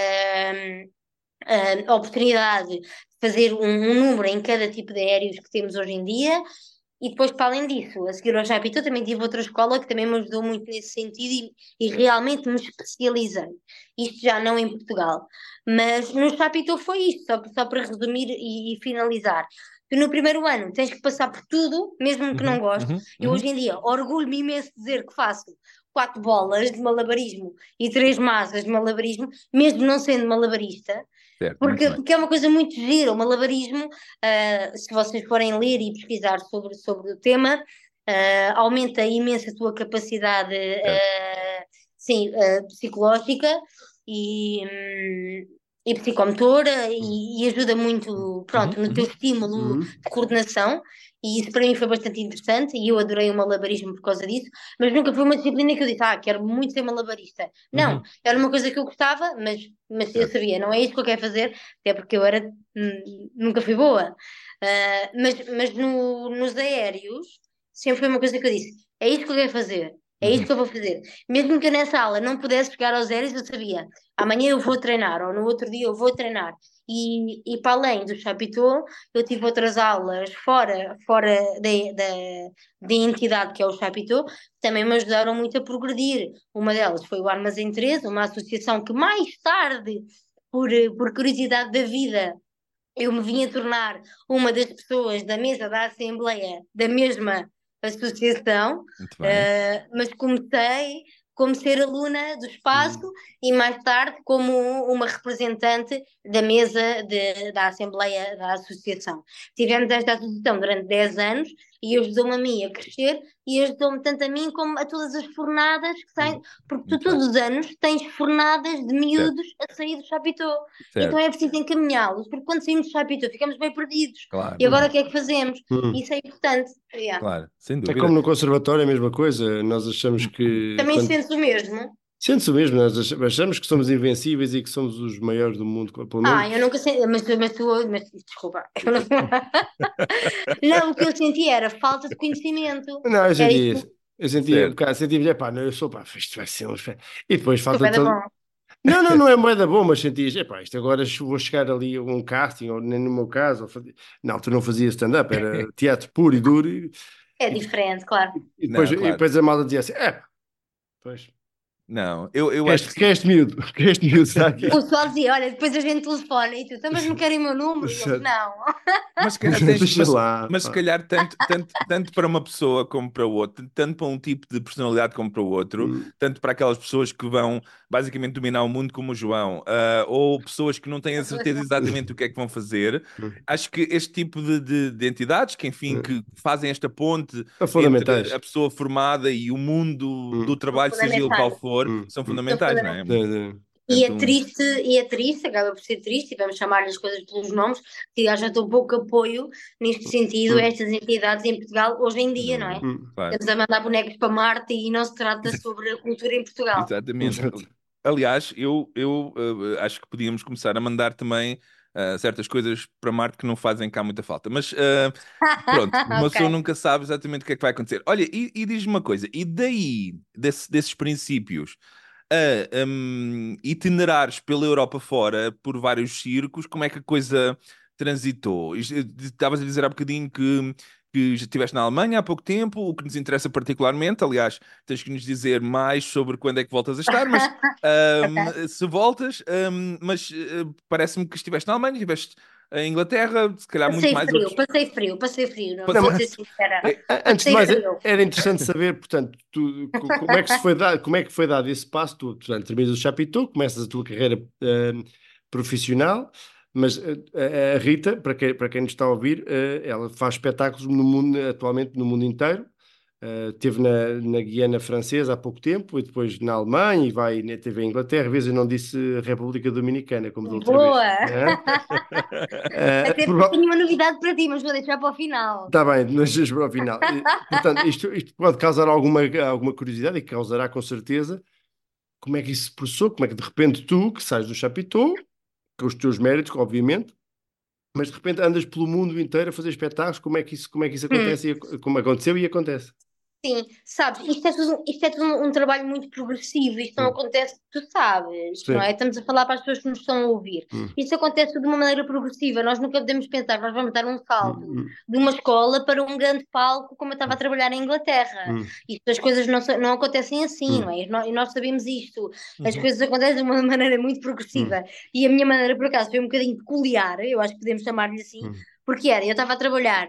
a oportunidade de fazer um número em cada tipo de aéreos que temos hoje em dia. E depois, para além disso, a seguir ao Chapitão, também tive outra escola que também me ajudou muito nesse sentido, e realmente me especializei. Isto já não em Portugal. Mas no Chapitão foi isto, só para resumir e finalizar. Tu no primeiro ano tens que passar por tudo, mesmo que não gostes. Eu hoje em dia orgulho-me imenso de dizer que faço 4 bolas de malabarismo e 3 massas de malabarismo, mesmo não sendo malabarista. Certo, Porque é uma coisa muito gira. O malabarismo, se vocês forem ler e pesquisar sobre o tema, aumenta imenso a tua capacidade sim, psicológica e psicomotora, e ajuda muito, pronto, no teu estímulo de coordenação. E isso para mim foi bastante interessante, e eu adorei o malabarismo por causa disso. Mas nunca foi uma disciplina que eu disse, quero muito ser malabarista. Não, era uma coisa que eu gostava, mas eu sabia, não é isto que eu quero fazer, até porque eu nunca fui boa. Mas nos aéreos sempre foi uma coisa que eu disse, é isto que eu quero fazer, é isto que eu vou fazer. Mesmo que eu nessa aula não pudesse chegar aos aéreos, eu sabia, amanhã eu vou treinar, ou no outro dia eu vou treinar. E para além do Chapitão, eu tive outras aulas fora da entidade que é o Chapitão, que também me ajudaram muito a progredir. Uma delas foi o Armazém 13, uma associação que mais tarde, por curiosidade da vida, eu me vim a tornar uma das pessoas da mesa da Assembleia da mesma associação. Muito bem. Mas comecei como ser aluna do espaço e mais tarde como uma representante da mesa da Assembleia da Associação. Tivemos esta associação durante 10 anos e ajudou-me a mim a crescer, e ajudou-me tanto a mim como a todas as fornadas que saem, porque tu Muito todos os anos tens fornadas de miúdos a sair do Chapitão. Certo. Então é preciso encaminhá-los, porque quando saímos do Chapitão ficamos bem perdidos. Claro, E agora claro. o que é que fazemos? Isso é importante. Yeah. Claro, sem É dúvida. como no conservatório, a mesma coisa. Nós achamos que... Também sentes o mesmo? Sente-se o mesmo, nós achamos que somos invencíveis e que somos os maiores do mundo, pelo menos. Eu nunca senti, mas desculpa. Não, o que eu senti era falta de conhecimento. Não, eu Era senti isso. isso. Eu senti um Certo. bocado, senti, pá, não, eu sou, pá, isto vai ser um... E depois Desculpa, era bom. Não é moeda boa, mas sentias, epá, isto agora vou chegar ali a um casting, ou nem no meu caso, não, tu não fazias stand-up, era teatro puro e duro, É e, diferente, claro. Não, e claro. depois a malta dizia assim, pois, Não, eu acho que que sim. este miúdo, que este miúdo está aqui. O pessoal dizia, olha, depois a gente telefona e tu, "Então, mas não querem o meu número?" E eles, não. Mas se calhar tens, Deixa lá, mas se pá. calhar tanto para uma pessoa como para outra, tanto para um tipo de personalidade como para o outro, Hum, tanto para aquelas pessoas que vão basicamente dominar o mundo como o João, ou pessoas que não têm a certeza exatamente o que é que vão fazer, hum, acho que este tipo de entidades, que enfim, hum. que fazem esta ponte São entre a fundamentais. pessoa formada e o mundo do Hum, São trabalho, seja ele qual fundamentais. for, hum, são hum. São fundamentais, não é? fundamentais. É, Portanto, E é triste, acaba por ser triste, e vamos chamar as coisas pelos nomes, que haja tão pouco apoio neste sentido a hum, estas entidades em Portugal hoje em dia, não é? hum. claro. Estamos a mandar bonecos para Marte e não se trata sobre a cultura em Portugal. Exatamente. Exato. Aliás, eu acho que podíamos começar a mandar também certas coisas para Marte que não fazem cá muita falta. Mas pronto, uma Ok. pessoa nunca sabe exatamente o que é que vai acontecer. Olha, e diz-me uma coisa, e daí, desses princípios, a itinerares pela Europa fora, por vários circos, como é que a coisa transitou? Estavas a dizer há bocadinho que já estiveste na Alemanha há pouco tempo, o que nos interessa particularmente, aliás, tens que nos dizer mais sobre quando é que voltas a estar, mas Ok. se voltas, mas parece-me que estiveste na Alemanha, estiveste em Inglaterra, se calhar muito mais outros. Passei frio, não Não, vou Passa- ser mas, sincera. antes de Passei mais, frio. era interessante saber, portanto, como é que se foi dado, como é que foi dado esse passo? Tu, portanto, terminas o Chapitou, começas a tua carreira profissional, mas a Rita, para quem nos está a ouvir, ela faz espetáculos no mundo, atualmente no mundo inteiro. Esteve na Guiana Francesa há pouco tempo, e depois na Alemanha, e vai na TV Inglaterra. Às vezes eu não disse República Dominicana, como da outra vez. Boa! Né? Até porque tenho uma novidade para ti, mas vou deixar para o final. Está bem, mas para o final. Portanto, isto pode causar alguma curiosidade e causará com certeza. Como é que isso se processou? Como é que de repente tu, que sais do Chapitou, com os teus méritos, obviamente, mas de repente andas pelo mundo inteiro a fazer espetáculos? Como é que isso Hum. acontece? Como aconteceu e acontece? Sim, sabes, isto é tudo um trabalho muito progressivo, isto não Hum, acontece, tu sabes, não é? sim. Estamos a falar para as pessoas que nos estão a ouvir. Hum, Isto acontece de uma maneira progressiva, nós nunca podemos pensar, nós vamos dar um salto hum, de uma escola para um grande palco, como eu estava a hum, trabalhar em Inglaterra. hum, Isto, as coisas não acontecem assim, não hum, é? E nós sabemos isto, as Uhum. coisas acontecem de uma maneira muito hum, progressiva. E a minha maneira, por acaso, foi um bocadinho peculiar, eu acho que podemos chamar-lhe assim, hum, porque eu estava a trabalhar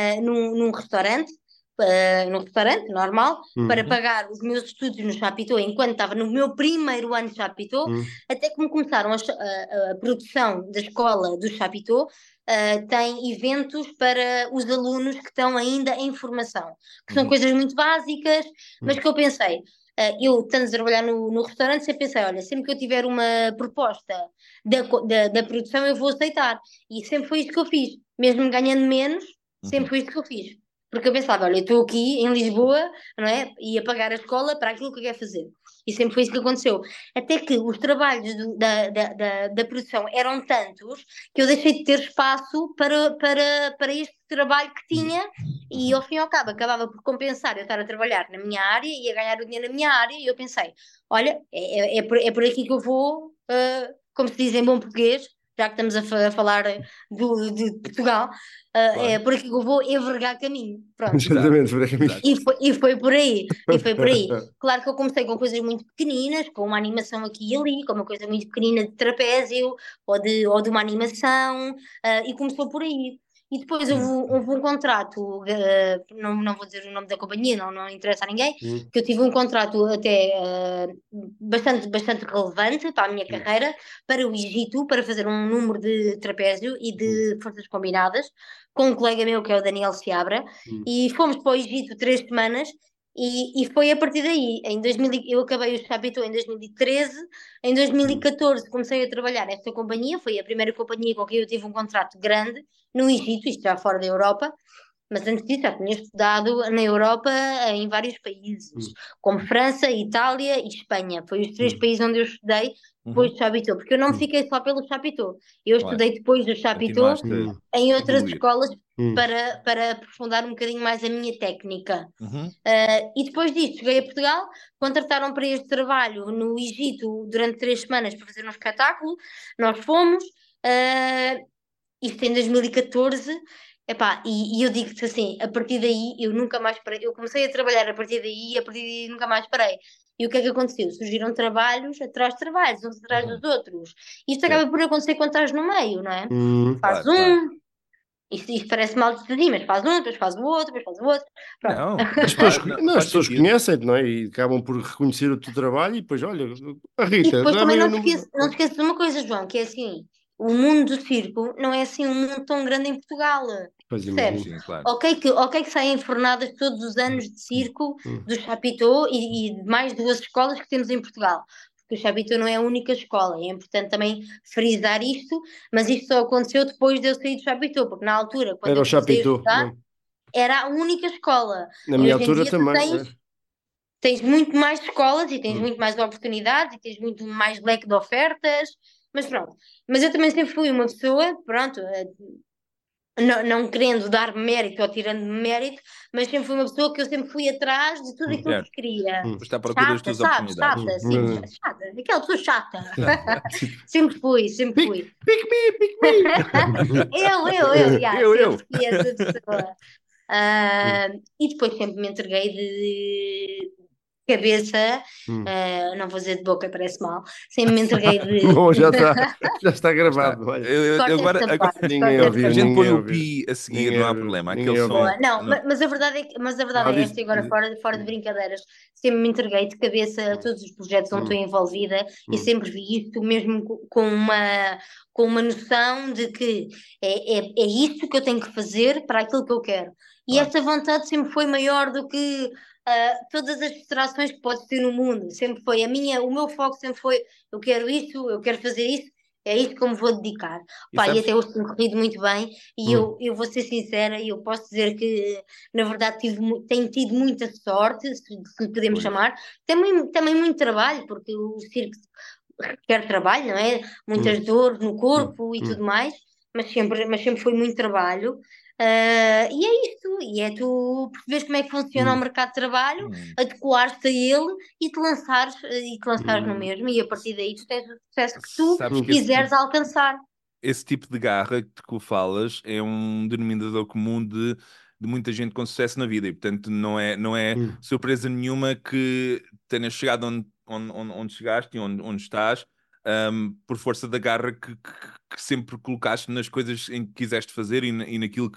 num restaurante normal, hum, para Uhum. pagar os meus estudos no Chapitão enquanto estava no meu primeiro ano de Chapitão, hum, até que me começaram a produção da escola do Chapitão. Tem eventos para os alunos que estão ainda em formação, que são Uhum. coisas muito básicas, mas hum, que eu pensei, eu estando a trabalhar no restaurante, sempre pensei, olha, sempre que eu tiver uma proposta da produção, eu vou aceitar. E sempre foi isso que eu fiz, mesmo ganhando menos, sempre Uhum. foi isso que eu fiz. Porque eu pensava, olha, eu estou aqui em Lisboa, não é? E a pagar a escola para aquilo que eu quero fazer. E sempre foi isso que aconteceu. Até que os trabalhos da produção eram tantos que eu deixei de ter espaço para este trabalho que hum. tinha e ao fim e ao cabo acabava por compensar eu estar a trabalhar na minha área e a ganhar o dinheiro na minha área e eu pensei, olha, é por aqui que eu vou, como se diz em bom português, já que estamos a falar de Portugal, é Claro. por aqui que eu vou envergar caminho. Pronto. Exato. Exatamente, por aí. Exato. E foi por aí. E foi por aí. Claro que eu comecei com coisas muito pequeninas, com uma animação aqui e ali, com uma coisa muito pequenina de trapézio ou de uma animação, e começou por aí. E depois houve um contrato, não vou dizer o nome da companhia, não interessa a ninguém, Hum, que eu tive um contrato até bastante relevante para a minha hum, carreira, para o Egito, para fazer um número de trapézio e hum, de forças combinadas, com um colega meu que é o Daniel Seabra, hum, e fomos para o Egito 3 semanas. E foi a partir daí, eu acabei o Chapitão em 2013, em hum. 2014 comecei a trabalhar nesta companhia, foi a primeira companhia com quem eu tive um contrato grande no Egito, isto já fora da Europa, Mas antes disso já tinha estudado na Europa em vários países, Hum. como França, Itália e Espanha. Foi os três Hum. países onde eu estudei depois Uhum. do Chapitão, porque eu não Hum. fiquei só pelo Chapitão. Eu Claro. estudei depois do Chapitão Continuaste Hum. em a outras evoluir. escolas Hum. para aprofundar um bocadinho mais a minha técnica. Uhum. E depois disso cheguei a Portugal, contrataram para este trabalho no Egito durante 3 semanas para fazer um espetáculo. Nós fomos, isto em 2014. Epá, e eu digo-te assim, a partir daí eu nunca mais parei. Eu comecei a trabalhar a partir daí e a partir daí nunca mais parei. E o que é que aconteceu? Surgiram trabalhos atrás de trabalhos, uns atrás Uhum. dos outros. Isto Certo. acaba por acontecer quando estás no meio, não é? Faz Claro, claro. isto parece mal de dizer, mas faz depois faz o outro, depois faz o outro. Pronto. Não, As pessoas, não, não, as faz pessoas sentido. conhecem-te, não é? E acabam por reconhecer o teu trabalho e depois, olha, a E Rita, depois também dá-me o não te número. esqueças, não te esqueças de uma coisa, João, que é assim, o mundo do circo não é assim um mundo tão grande em Portugal. Pois Percebes? imagino. Sim, claro. Ok que saem fornadas todos os anos de circo Hum. do Chapitão e de mais 2 escolas que temos em Portugal. Porque o Chapitão não é a única escola, é importante também frisar isto, mas isto só aconteceu depois de eu sair do Chapitão, porque na altura, quando Era eu o comecei a Chapitão, estudar, não é? era a única escola. Na E minha hoje em altura dia tu também. tens muito mais escolas e tens Hum. muito mais oportunidades e tens muito mais leque de ofertas, mas pronto. Mas eu também sempre fui uma pessoa, pronto, não querendo dar mérito ou tirando mérito, mas sempre fui uma pessoa que eu sempre fui atrás de tudo aquilo Certo. que queria. Hum. Está à procura das Chata, tuas sabes? oportunidades. Chata, sim, Hum. chata, aquela pessoa chata. Tipo, Sempre fui, sempre pick, fui. pick me, pick me. Já, Eu. sempre fui essa pessoa. E depois sempre me entreguei de cabeça, Hum. não vou dizer de boca, parece mal, sempre me entreguei de. Bom, já está Está. gravado, olha. Eu Corta agora, esta agora parte, Ninguém corta a esta ouviu, gente parte. põe ninguém o ouviu. pi a seguir, Ninguém não há ouviu, problema. Aquele ninguém som. ouviu. Boa, não, Não. mas a verdade é que, mas a Não, verdade é esta, agora fora de brincadeiras, sempre me entreguei de cabeça a todos os projetos onde estou Hum. envolvida e Hum. sempre vi isto mesmo com uma noção de que é isto que eu tenho que fazer para aquilo que eu quero. E Claro. esta vontade sempre foi maior do que todas as distrações que podes ter no mundo. Sempre foi o meu foco sempre foi eu quero isto, eu quero fazer isto, é isto que eu me vou dedicar. E Pá, e sabes? até hoje tenho corrido muito bem e Hum. eu vou ser sincera e eu posso dizer que na verdade tenho tido muita sorte, se lhe podemos Pois. chamar, também muito trabalho, porque o circo requer trabalho, não é? Muitas Hum. dores no Hum. corpo e tudo mais, mas sempre foi muito trabalho. E é isto, e é tu perceberes como é que funciona o Hum. mercado de trabalho, Hum. adequar-te a ele e te lançares no Hum. mesmo, e a partir daí tu tens o sucesso que tu Sabes que quiseres alcançar. esse tipo de garra que tu falas é um denominador comum de muita gente com sucesso na vida e, portanto, não é Hum. surpresa nenhuma que tenhas chegado onde chegaste e onde estás, por força da garra que sempre colocaste nas coisas em que quiseste fazer e naquilo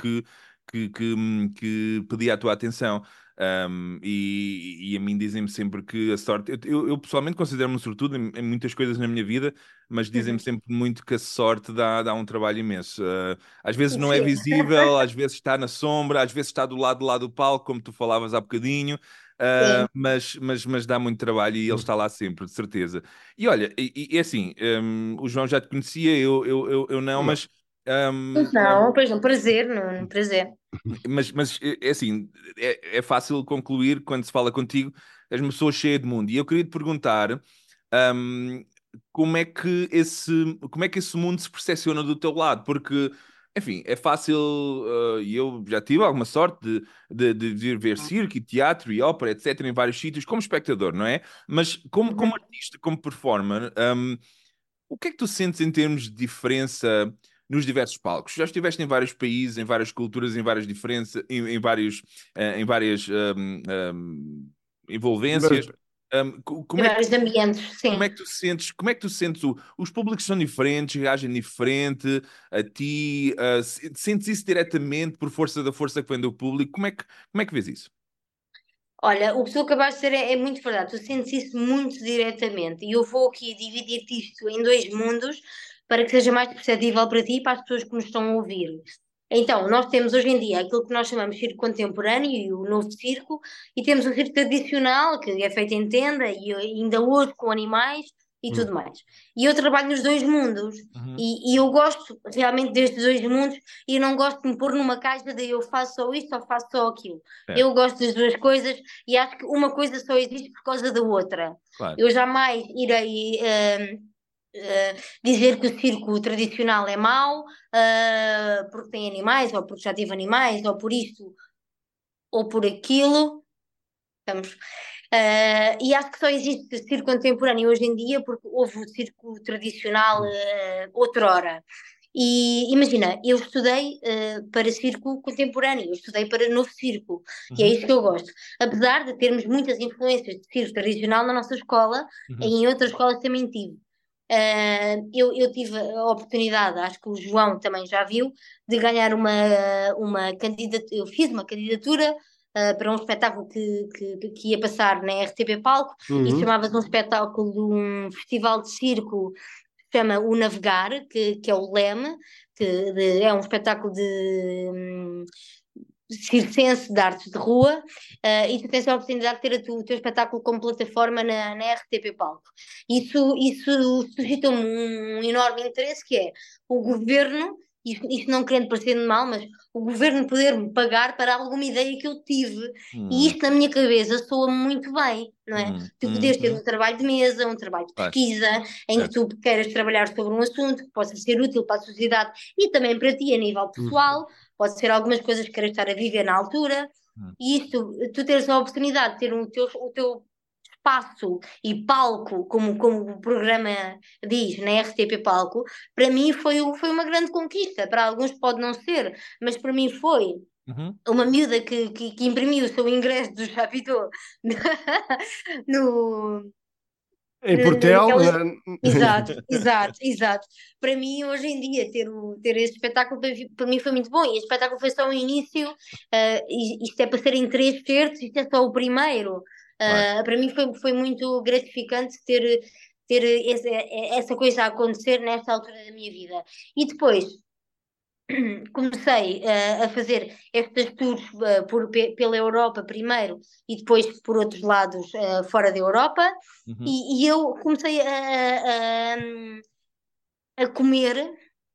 que pedia a tua atenção. E a mim dizem-me sempre que a sorte. Eu pessoalmente considero-me um sortudo em muitas coisas na minha vida, mas dizem-me Uhum. sempre muito que a sorte dá um trabalho imenso. Às vezes não é Sim. visível, às vezes está na sombra, às vezes está do lado do palco, como tu falavas há bocadinho, Sim. mas dá muito trabalho e ele está lá sempre, de certeza. E olha, e assim, o João já te conhecia, eu não, Não. mas. Pois não, pois não, prazer, não, prazer. Mas é assim, é fácil concluir quando se fala contigo, és uma pessoa cheia de mundo. E eu queria te perguntar, hum, como é que esse mundo se percepciona do teu lado? Porque, enfim, é fácil, e eu já tive alguma sorte de ir ver circo e teatro e ópera, etc., em vários sítios, como espectador, não é? Mas como Uhum. artista, como performer, o que é que tu sentes em termos de diferença nos diversos palcos? Já estiveste em vários países, em várias culturas, em várias diferenças, em várias Mas, envolvências. Em Como é que vários ambientes, como sim. é que tu sentes, como é que tu sentes os públicos são diferentes, reagem diferente a ti, sentes isso diretamente por força da força que vem do público? Como é que vês isso? Olha, o que tu acabaste de dizer é muito verdade, tu sentes isso muito diretamente e eu vou aqui dividir-te isto em dois mundos para que seja mais perceptível para ti e para as pessoas que nos estão a ouvir. Então, nós temos hoje em dia aquilo que nós chamamos de circo contemporâneo e o novo circo, e temos o circo tradicional, que é feito em tenda e ainda hoje com animais, e tudo mais. E eu trabalho nos dois mundos Uhum. e eu gosto realmente destes dois mundos e eu não gosto de me pôr numa caixa de eu faço só isto ou faço só aquilo. Certo. Eu gosto das duas coisas e acho que uma coisa só existe por causa da outra. Claro. Eu jamais irei dizer que o circo tradicional é mau, porque tem animais, ou porque já teve animais, ou por isto, ou por aquilo. Estamos. E acho que só existe circo contemporâneo hoje em dia porque houve o circo tradicional outrora. E imagina, eu estudei para circo contemporâneo, eu estudei para novo circo, e é Uhum. isso que eu gosto. Apesar de termos muitas influências de circo tradicional na nossa escola, Uhum. em outras escolas também tive. Eu tive a oportunidade, acho que o João também já viu, de ganhar uma candidatura. Eu fiz uma candidatura para um espetáculo que ia passar na RTP Palco. Isso chamava-se um espetáculo de um festival de circo que se chama O Navegar, que é o Leme, é um espetáculo de circense de artes de rua, e tu tens a oportunidade de ter o teu espetáculo como plataforma na RTP Palco. Isso suscitou-me um enorme interesse, que é o governo, isto não querendo parecer mal, mas o governo poder-me pagar para alguma ideia que eu tive. E isto na minha cabeça soa muito bem, não é? Tu podes ter um trabalho de mesa, um trabalho de Claro. pesquisa, em que tu queiras trabalhar sobre um assunto que possa ser útil para a sociedade e também para ti a nível pessoal. Pode ser algumas coisas que queiras estar a viver na altura, e isto, tu teres a oportunidade de ter o teu espaço e palco, como o programa diz, na RTP Palco, para mim foi uma grande conquista. Para alguns pode não ser, mas para mim foi. Uhum. Uma miúda que imprimiu o seu ingresso do Chapitou no, Em Portel. Exato. Para mim, hoje em dia, ter esse espetáculo, para mim foi muito bom. E esse espetáculo foi só o início. Isto é para serem 3 certos, isto é só o primeiro. Claro. Para mim foi muito gratificante ter essa coisa a acontecer nesta altura da minha vida. E depois comecei a fazer estas tours pela Europa primeiro e depois por outros lados fora da Europa. Uhum. E eu comecei a comer,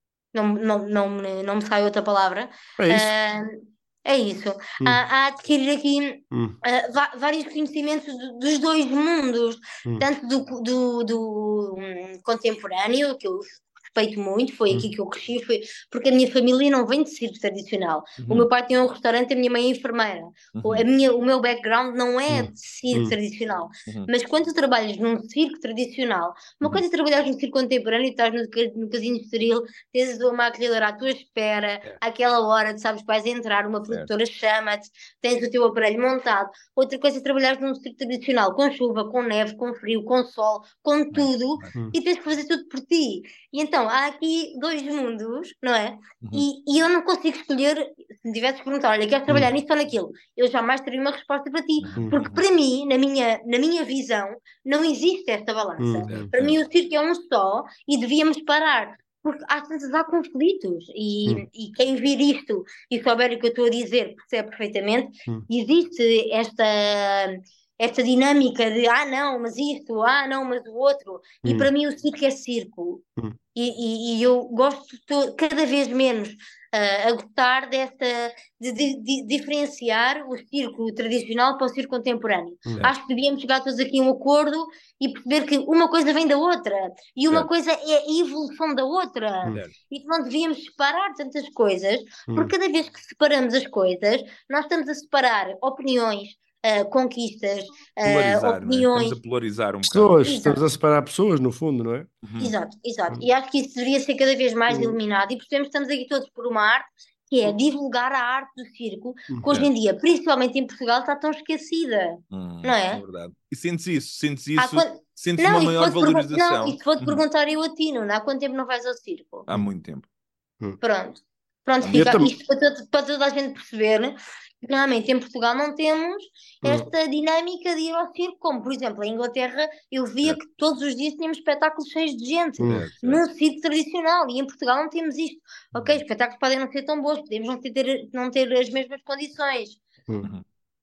não me sai outra palavra. É isso. É isso. A adquirir aqui vários conhecimentos dos dois mundos, tanto do contemporâneo, que eu respeito muito, foi aqui que eu cresci, porque a minha família não vem de circo tradicional. O meu pai tem um restaurante, a minha mãe é enfermeira. O meu background não é de circo tradicional. Mas quando tu trabalhas num circo tradicional, uma coisa é trabalhar num circo contemporâneo, estás no Casino Estoril, tens a tua maquilhadora à tua espera, àquela hora, tu sabes que vais entrar, uma produtora chama-te, tens o teu aparelho montado. Outra coisa é trabalhar num circo tradicional, com chuva, com neve, com frio, com sol, com tudo, e tens que fazer tudo por ti. E então, há aqui dois mundos, não é? E eu não consigo escolher, se me tivesse perguntar, olha, queres trabalhar nisto ou naquilo? Eu jamais teria uma resposta para ti, porque para mim, na minha visão, não existe esta balança. Para mim o circo é um só e devíamos parar, porque às vezes há conflitos e quem vir isto e souber o que eu estou a dizer percebe perfeitamente. Existe esta dinâmica de não, mas isto, não, mas o outro, e para mim o circo é circo. E eu gosto cada vez menos a gostar de diferenciar o circo tradicional para o circo contemporâneo. Acho que devíamos chegar todos aqui a um acordo e perceber que uma coisa vem da outra e uma coisa é a evolução da outra. E que não devíamos separar tantas coisas, porque cada vez que separamos as coisas, nós estamos a separar opiniões, conquistas, Polarizar, não é? opiniões. Estamos a polarizar um bocado. Pessoas, Exato. estamos a separar pessoas, no fundo, não é? Exato. E acho que isso deveria ser cada vez mais eliminado. E por isso estamos aqui todos por uma arte que é divulgar a arte do circo, que hoje em dia, principalmente em Portugal, está tão esquecida. Não é? É verdade. E sentes isso? Sentes Não, uma maior valorização? Não, e se vou-te perguntar eu a ti, Nuno, há quanto tempo não vais ao circo? Há muito tempo. Pronto, fica isto para toda a gente perceber. Realmente em Portugal não temos esta dinâmica de ir ao circo, como por exemplo em Inglaterra eu via que todos os dias tínhamos espetáculos cheios de gente num circo tradicional, e em Portugal não temos isto. Ok, os espetáculos podem não ser tão bons, podemos não ter as mesmas condições,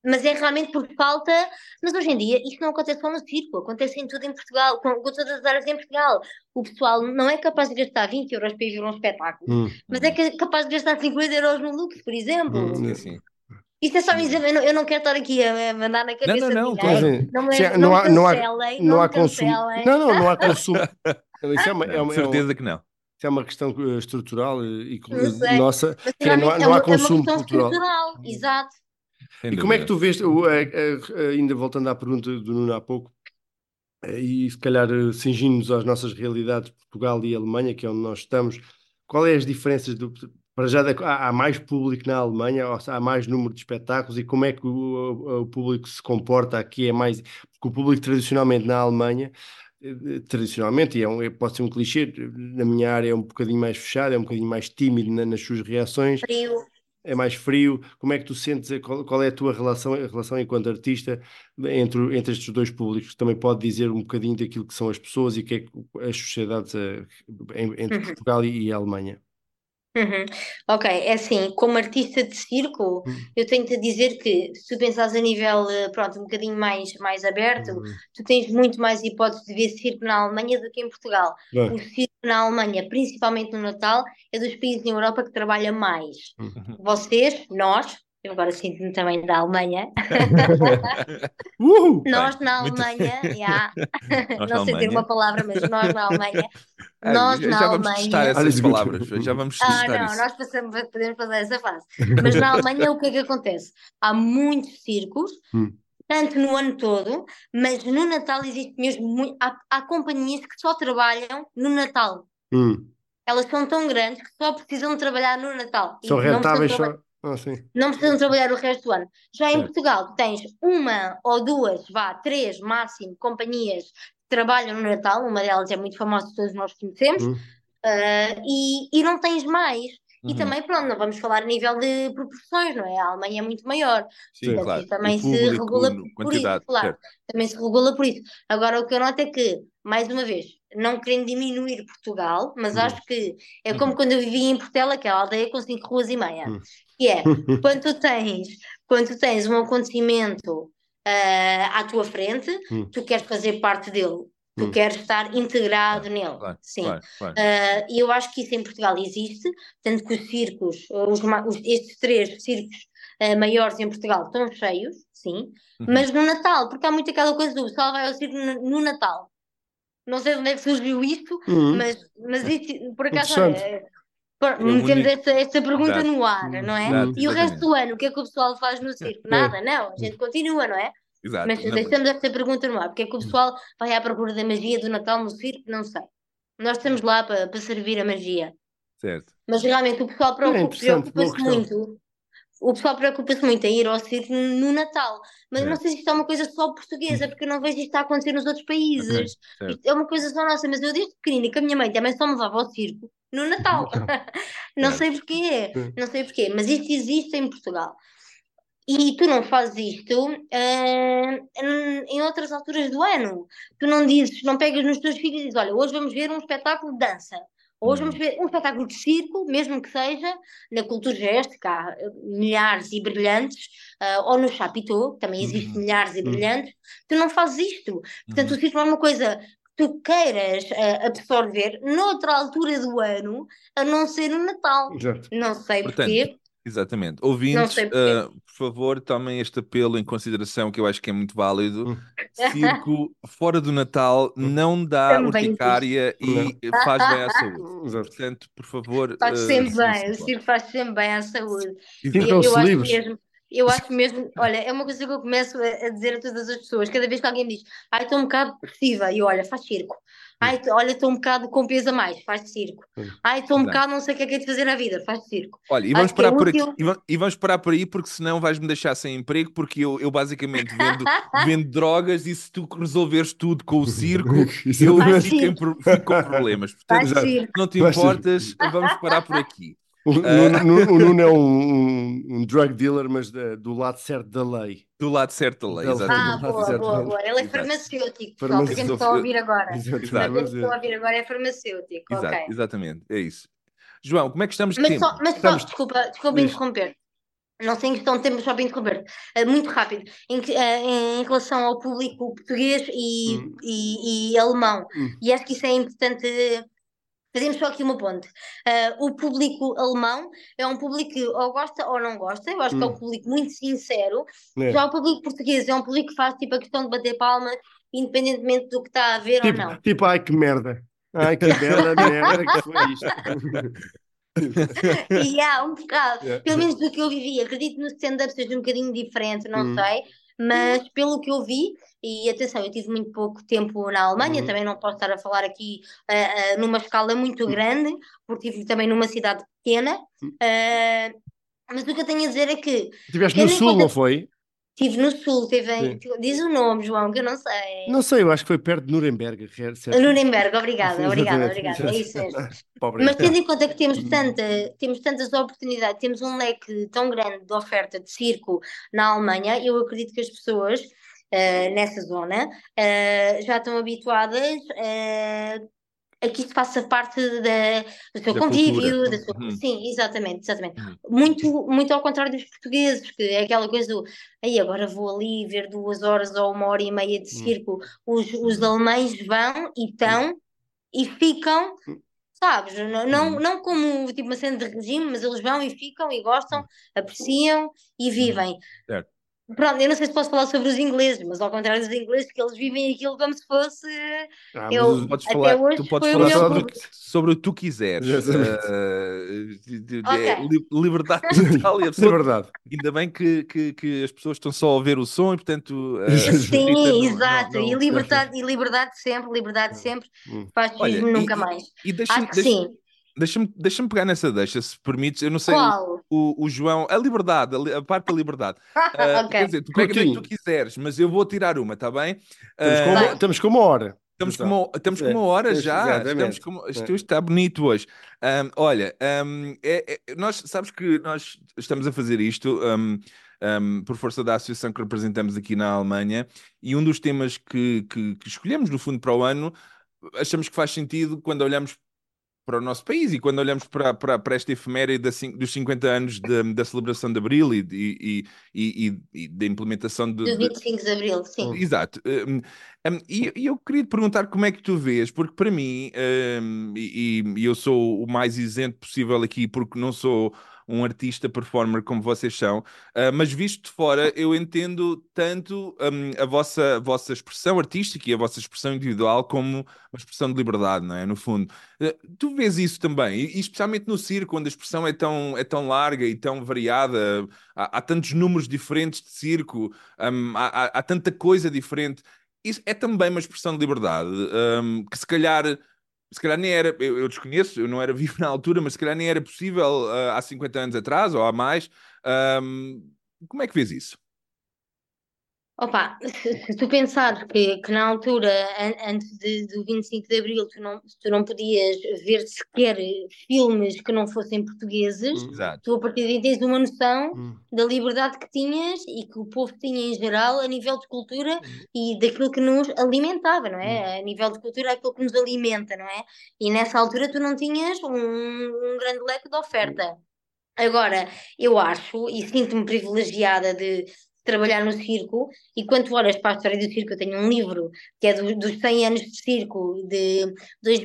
Mas é realmente por falta. Mas hoje em dia isto não acontece só no circo, acontece em tudo em Portugal, com todas as áreas em Portugal. O pessoal não é capaz de gastar 20 euros para ir ver um espetáculo, mas é capaz de gastar 50 euros no Lux, por exemplo. Sim, sim. Isto é só um exemplo, eu não quero estar aqui a mandar na cabeça de não, ninguém. claro. Não me cancelem, não não há me consumo. cancelem. Não há consumo. Isso De certeza que não. isso é uma questão estrutural e Não sei. nossa, Mas que é, realmente não há é uma consumo questão cultural. estrutural, exato. Sem E como é que dúvida. tu vês, ainda voltando à pergunta do Nuno há pouco, e se calhar cingindo-nos às nossas realidades, Portugal e Alemanha, que é onde nós estamos, qual é as diferenças para já há mais público na Alemanha, ou há mais número de espetáculos e como é que o público se comporta aqui? Porque o público tradicionalmente na Alemanha, tradicionalmente, pode ser um clichê, na minha área é um bocadinho mais fechado, é um bocadinho mais tímido nas suas reações. Frio. É mais frio. Como é que tu sentes, qual é a tua relação enquanto artista entre estes dois públicos? Também pode dizer um bocadinho daquilo que são as pessoas e o que é que as sociedades entre Portugal e a Alemanha. Ok, é assim, como artista de circo, eu tenho-te a dizer que se tu pensares a nível, pronto, um bocadinho mais aberto, tu tens muito mais hipóteses de ver circo na Alemanha do que em Portugal. O Bem, circo na Alemanha, principalmente no Natal, é dos países na Europa que trabalha mais. Vocês, nós, eu agora sinto-me também da Alemanha, nós Bem, na muito... Alemanha, Nós na não sei ter uma Alemanha. palavra, mas nós na Alemanha, nós na Já vamos testar Alemanha. essas palavras. Já vamos testar Não, isso. nós podemos passar essa fase. Mas na Alemanha o que é que acontece? Há muitos circos, tanto no ano todo, mas no Natal existe mesmo há companhias que só trabalham no Natal. Elas são tão grandes que só precisam de trabalhar no Natal São e rentáveis só. Sim. não precisam trabalhar o resto do ano. Já em Certo. Portugal, tu tens uma ou duas, três máximo, companhias que trabalham no Natal, uma delas é muito famosa, todos nós conhecemos, e não tens mais. E também, pronto, não vamos falar a nível de proporções, não é? A Alemanha é muito maior. Sim, Portanto, claro. isso também O se público, regula por isso, quantidade, claro. certo. Também se regula por isso. Agora, o que eu noto é que, mais uma vez, não querendo diminuir Portugal, mas acho que é como quando eu vivia em Portela, que é a aldeia com 5 ruas e meia. Que é, quando tu tens um acontecimento à tua frente, tu queres fazer parte dele. Tu queres estar integrado nele. Claro, Sim. claro. E eu acho que isso em Portugal existe, tanto que os circos, estes três circos maiores em Portugal estão cheios, sim, mas no Natal, porque há muito aquela coisa do pessoal vai ao circo no Natal. Não sei de onde é que surgiu isto, mas isto, por acaso, Interessante. metemos único. esta pergunta Exato. no ar, não é? Exato, E o resto exatamente. do ano, o que é que o pessoal faz no circo? Nada, não, a gente continua, não é? Exato. Mas deixamos esta pergunta no ar, porque é que o pessoal vai à procura da magia do Natal no circo? Não sei. Nós estamos lá para servir a magia. Certo. Mas realmente o pessoal Interessante, boa preocupa-se questão. muito. O pessoal preocupa-se muito em ir ao circo no Natal. Mas eu não Certo. sei se isto é uma coisa só portuguesa, porque eu não vejo isto a acontecer nos outros países. Certo. Isto é uma coisa só nossa, mas eu desde pequenina que a minha mãe também só me levava ao circo no Natal. Não sei porquê, não sei porquê, mas isto existe em Portugal. E tu não fazes isto em outras alturas do ano. Tu não dizes, não pegas nos teus filhos e dizes, olha, hoje vamos ver um espetáculo de dança. Ou hoje vamos ver um espetáculo de circo, mesmo que seja na Cultura Gesto, que há milhares e brilhantes, ou no Chapitão, que também existe milhares e brilhantes. Tu não fazes isto. Portanto, o circo é uma coisa que tu queiras absorver noutra altura do ano, a não ser no Natal. Exato. Não sei Portanto, porquê. exatamente. Não Ouvintes, sei porquê. por favor, tomem este apelo em consideração, que eu acho que é muito válido. Circo fora do Natal não dá Também urticária e faz bem à saúde. Exato. Portanto, por favor, faz sempre se bem, o importe. circo faz sempre bem à saúde. Exato. Sintam-se livres. Eu acho mesmo, olha, é uma coisa que eu começo a dizer a todas as pessoas, cada vez que alguém me diz, ai, estou um bocado depressiva, e olha, faz circo. Ai, olha, estou um bocado com peso a mais, faz circo. Ai, estou um Exato. bocado, não sei o que é de fazer na vida, faz circo. Olha, e vamos Acho que é parar por aqui, útil. e vamos parar por aí, porque senão vais-me deixar sem emprego, porque eu basicamente vendo drogas, e se tu resolveres tudo com o circo, eu Faz fico circo. fico com problemas. Portanto, Faz circo. se não te Faz circo. importas, vamos parar por aqui. O Nuno é um drug dealer, mas do lado certo da lei. Do lado certo da lei, exatamente. Boa. Ele é Exato. farmacêutico, pessoal, para quem me está a ouvir agora. Exato. Para quem me está a ouvir agora é farmacêutico, Exato, ok. exatamente, é isso. João, como é que estamos de Mas tempo? só, desculpa Diz. interromper. Não sei em questão de tempo, só para interromper. Muito rápido. Em relação ao público português Hum, e alemão. hum, E acho que isso é importante. Fazemos só aqui uma ponte. O público alemão é um público que ou gosta ou não gosta. Eu acho que é um hum. público muito sincero. Já É. o público português é um público que faz tipo a questão de bater palmas, independentemente do que está a ver ou não. Tipo, ai que merda. Ai que bela merda que foi isto. E há um bocado, Yeah. pelo menos do que eu vivi, acredito no stand-up seja um bocadinho diferente, não Hum, sei, mas pelo que eu vi, e atenção, eu tive muito pouco tempo na Alemanha, uhum. também não posso estar a falar aqui numa escala muito grande, porque estive também numa cidade pequena, ah, mas o que eu tenho a dizer é que, Estiveste no tendo em sul, não conta que foi? estive no sul, Sim. diz o nome, João, que eu não sei. Não sei, eu acho que foi perto de Nuremberg, certo? Nuremberg, obrigada, obrigada, Exatamente. obrigada, é isso mesmo. Pobre. Mas tendo em conta que temos tantas oportunidades, temos um leque tão grande de oferta de circo na Alemanha, eu acredito que as pessoas nessa zona já estão habituadas a que isto faça parte do seu Da cultura. convívio, Uhum, sim, exatamente, exatamente. uhum, Muito, muito ao contrário dos portugueses, que é aquela coisa do aí agora vou ali ver 2 horas ou 1 hora e meia de Hum, circo. Os uhum, alemães vão e hum, estão e ficam. Sabes, não, não, uhum, não como tipo uma cena de regime, mas eles vão e ficam e gostam, uhum, apreciam e uhum. vivem. Certo. Pronto, eu não sei se posso falar sobre os ingleses, mas ao contrário dos ingleses, que eles vivem aquilo como se fosse. mas Eu, até hoje, Tu podes foi o podes falar melhor falar do que. público. sobre o que tu quiseres. Exatamente. Ok. Liberdade total e absoluta. Liberdade. Ainda bem que as pessoas estão só a ouvir o som e, portanto, a escrita Sim, não, não, exato. não. Liberdade sempre, Hum. fascismo Olha, nunca mais. e Acho que sim. deixa-me pegar nessa deixa, se permites. Eu não sei, Qual? o João, a liberdade, a parte da liberdade. Ok, Quer dizer, tu pega na que tu Curtinho. quiseres, mas eu vou tirar uma, tá bem? vai. Estamos com 1 hora. Estamos com Atenção. estamos com É, 1 hora já. exatamente. Isto É. está bonito hoje. Olha, nós sabes que nós estamos a fazer isto por força da associação que representamos aqui na Alemanha, e um dos temas que escolhemos, no fundo, para o ano, achamos que faz sentido quando olhamos para o nosso país e quando olhamos para esta efeméride dos 50 anos da celebração de Abril e da implementação Do 25 de Abril, sim. Hum. Exato. E eu queria te perguntar como é que tu vês, porque para mim, e eu sou o mais isento possível aqui, porque não sou um artista performer como vocês são, mas visto de fora, eu entendo tanto a vossa expressão artística e a vossa expressão individual como uma expressão de liberdade, não é? No fundo. Tu vês isso também, e especialmente no circo, onde a expressão é tão larga e tão variada, há tantos números diferentes de circo. Há tanta coisa diferente. Isso é também uma expressão de liberdade, que se calhar nem era, eu desconheço, eu não era vivo na altura, mas se calhar nem era possível há 50 anos atrás ou há mais. Como é que vês isso? Opa, se tu pensares que na altura, antes do 25 de Abril, tu não podias ver sequer filmes que não fossem portugueses, Hum. Exato. tu a partir daí tens uma noção Hum. da liberdade que tinhas e que o povo tinha em geral a nível de cultura Hum. e daquilo que nos alimentava, não Hum. é? A nível de cultura, é aquilo que nos alimenta, não é? E nessa altura tu não tinhas um grande leque de oferta. Agora, eu acho e sinto-me privilegiada de trabalhar no circo, e quando tu olhas para a história do circo, eu tenho um livro que é dos 100 anos de circo de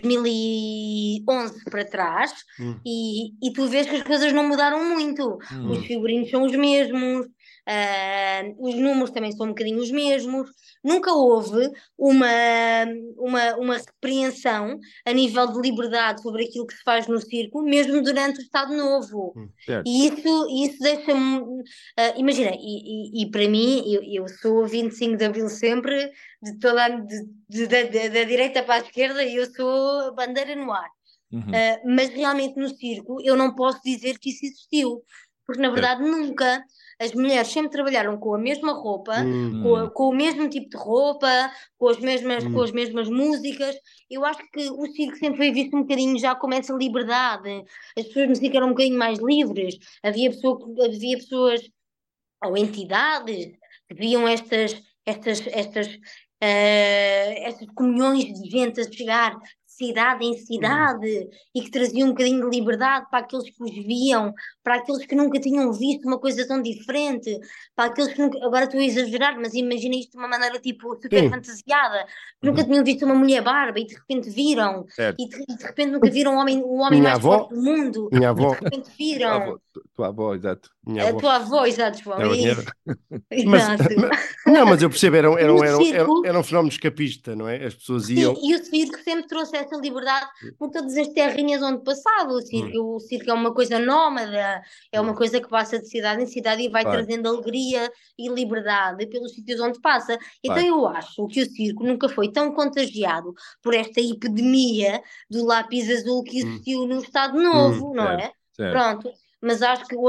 2011 para trás, Hum. e tu vês que as coisas não mudaram muito. Os Hum, figurinos são os mesmos, os números também são um bocadinho os mesmos. Nunca houve uma, uma repreensão a nível de liberdade sobre aquilo que se faz no circo, mesmo durante o Estado Novo. certo. E isso deixa-me. Imagina, e para mim, eu sou 25 de Abril sempre, de toda da direita para a esquerda, e eu sou a bandeira no ar. Uhum, Mas realmente no circo eu não posso dizer que isso existiu, porque na certo. verdade nunca. As mulheres sempre trabalharam com a mesma roupa, Hum. com o mesmo tipo de roupa, com Hum. as mesmas músicas. Eu acho que o circo sempre foi visto um bocadinho já como essa liberdade. As pessoas no circo eram um bocadinho mais livres. Havia pessoas ou entidades que viam estas comunhões de gente a chegar cidade em cidade e que trazia um bocadinho de liberdade para aqueles que os viam, para aqueles que nunca tinham visto uma coisa tão diferente, para aqueles que nunca, agora estou a exagerar, mas imagina isto de uma maneira tipo super Sim. fantasiada, que nunca tinham visto uma mulher barba e de repente viram, Certo. e de repente nunca viram o homem Minha mais avó, forte do mundo, minha e avó, de repente Tua viram avó, tua avó, exato. minha a avó. tua avó, exato, João, Era é o dinheiro. isso. Mas, Exato. não, mas eu percebo, E o circo, era um fenómeno escapista, não é? As pessoas sim, iam. e o circo sempre trouxe essa liberdade por todas as terrinhas onde passava. O circo é uma coisa nómada, é uma coisa que passa de cidade em cidade e vai Claro, trazendo alegria e liberdade pelos sítios onde passa. Então claro. eu acho que o circo nunca foi tão contagiado por esta epidemia do lápis azul que Hum, existiu no Estado Novo, não Certo, é? certo. Pronto. Mas acho que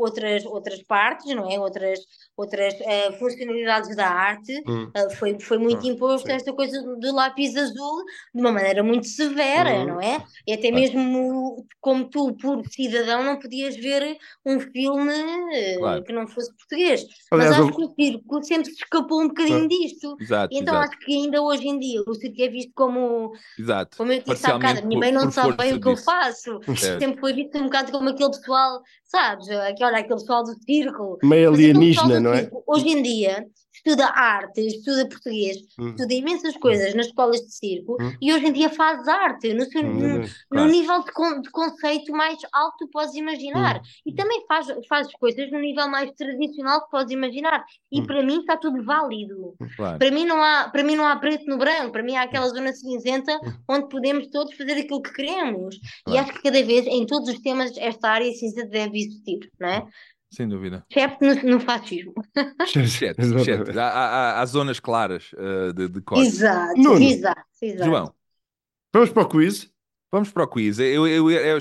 outras partes, não é? Outras funcionalidades da arte hum. foi muito imposto Sim. esta coisa do lápis azul de uma maneira muito severa, não é? E até Claro, mesmo como tu, por cidadão, não podias ver um filme claro. que não fosse português. Mas Aliás, acho que o circo sempre se escapou um bocadinho disto. Exato, E então exato, acho que ainda hoje em dia o circo é visto como, exato. como eu disse há bocado, Parcialmente a minha mãe não por sabe bem força o que eu disso. faço. Certo. Sempre foi visto um bocado como aquele pessoal, sabes? Olha, aquele pessoal do circo. meio Mas aquele pessoal alienígena, do não é? circo, hoje em dia, estuda arte, estuda português, Hum, estuda imensas hum, coisas nas escolas de circo hum, e hoje em dia faz arte no Claro. nível de conceito mais alto que podes imaginar. hum, E também faz coisas no nível mais tradicional que podes imaginar. E hum, para mim está tudo válido. Claro. Para mim não há preto no branco, para mim há aquela zona cinzenta hum. onde podemos todos fazer aquilo que queremos. E Claro. acho que cada vez, em todos os temas, esta área cinzenta deve existir, não é? Sem dúvida. Excepto no fascismo. Exceto. Exatamente. Há zonas claras de corte. Exato, Nuno, exato, exato. João, vamos para o quiz? vamos para o quiz. Eu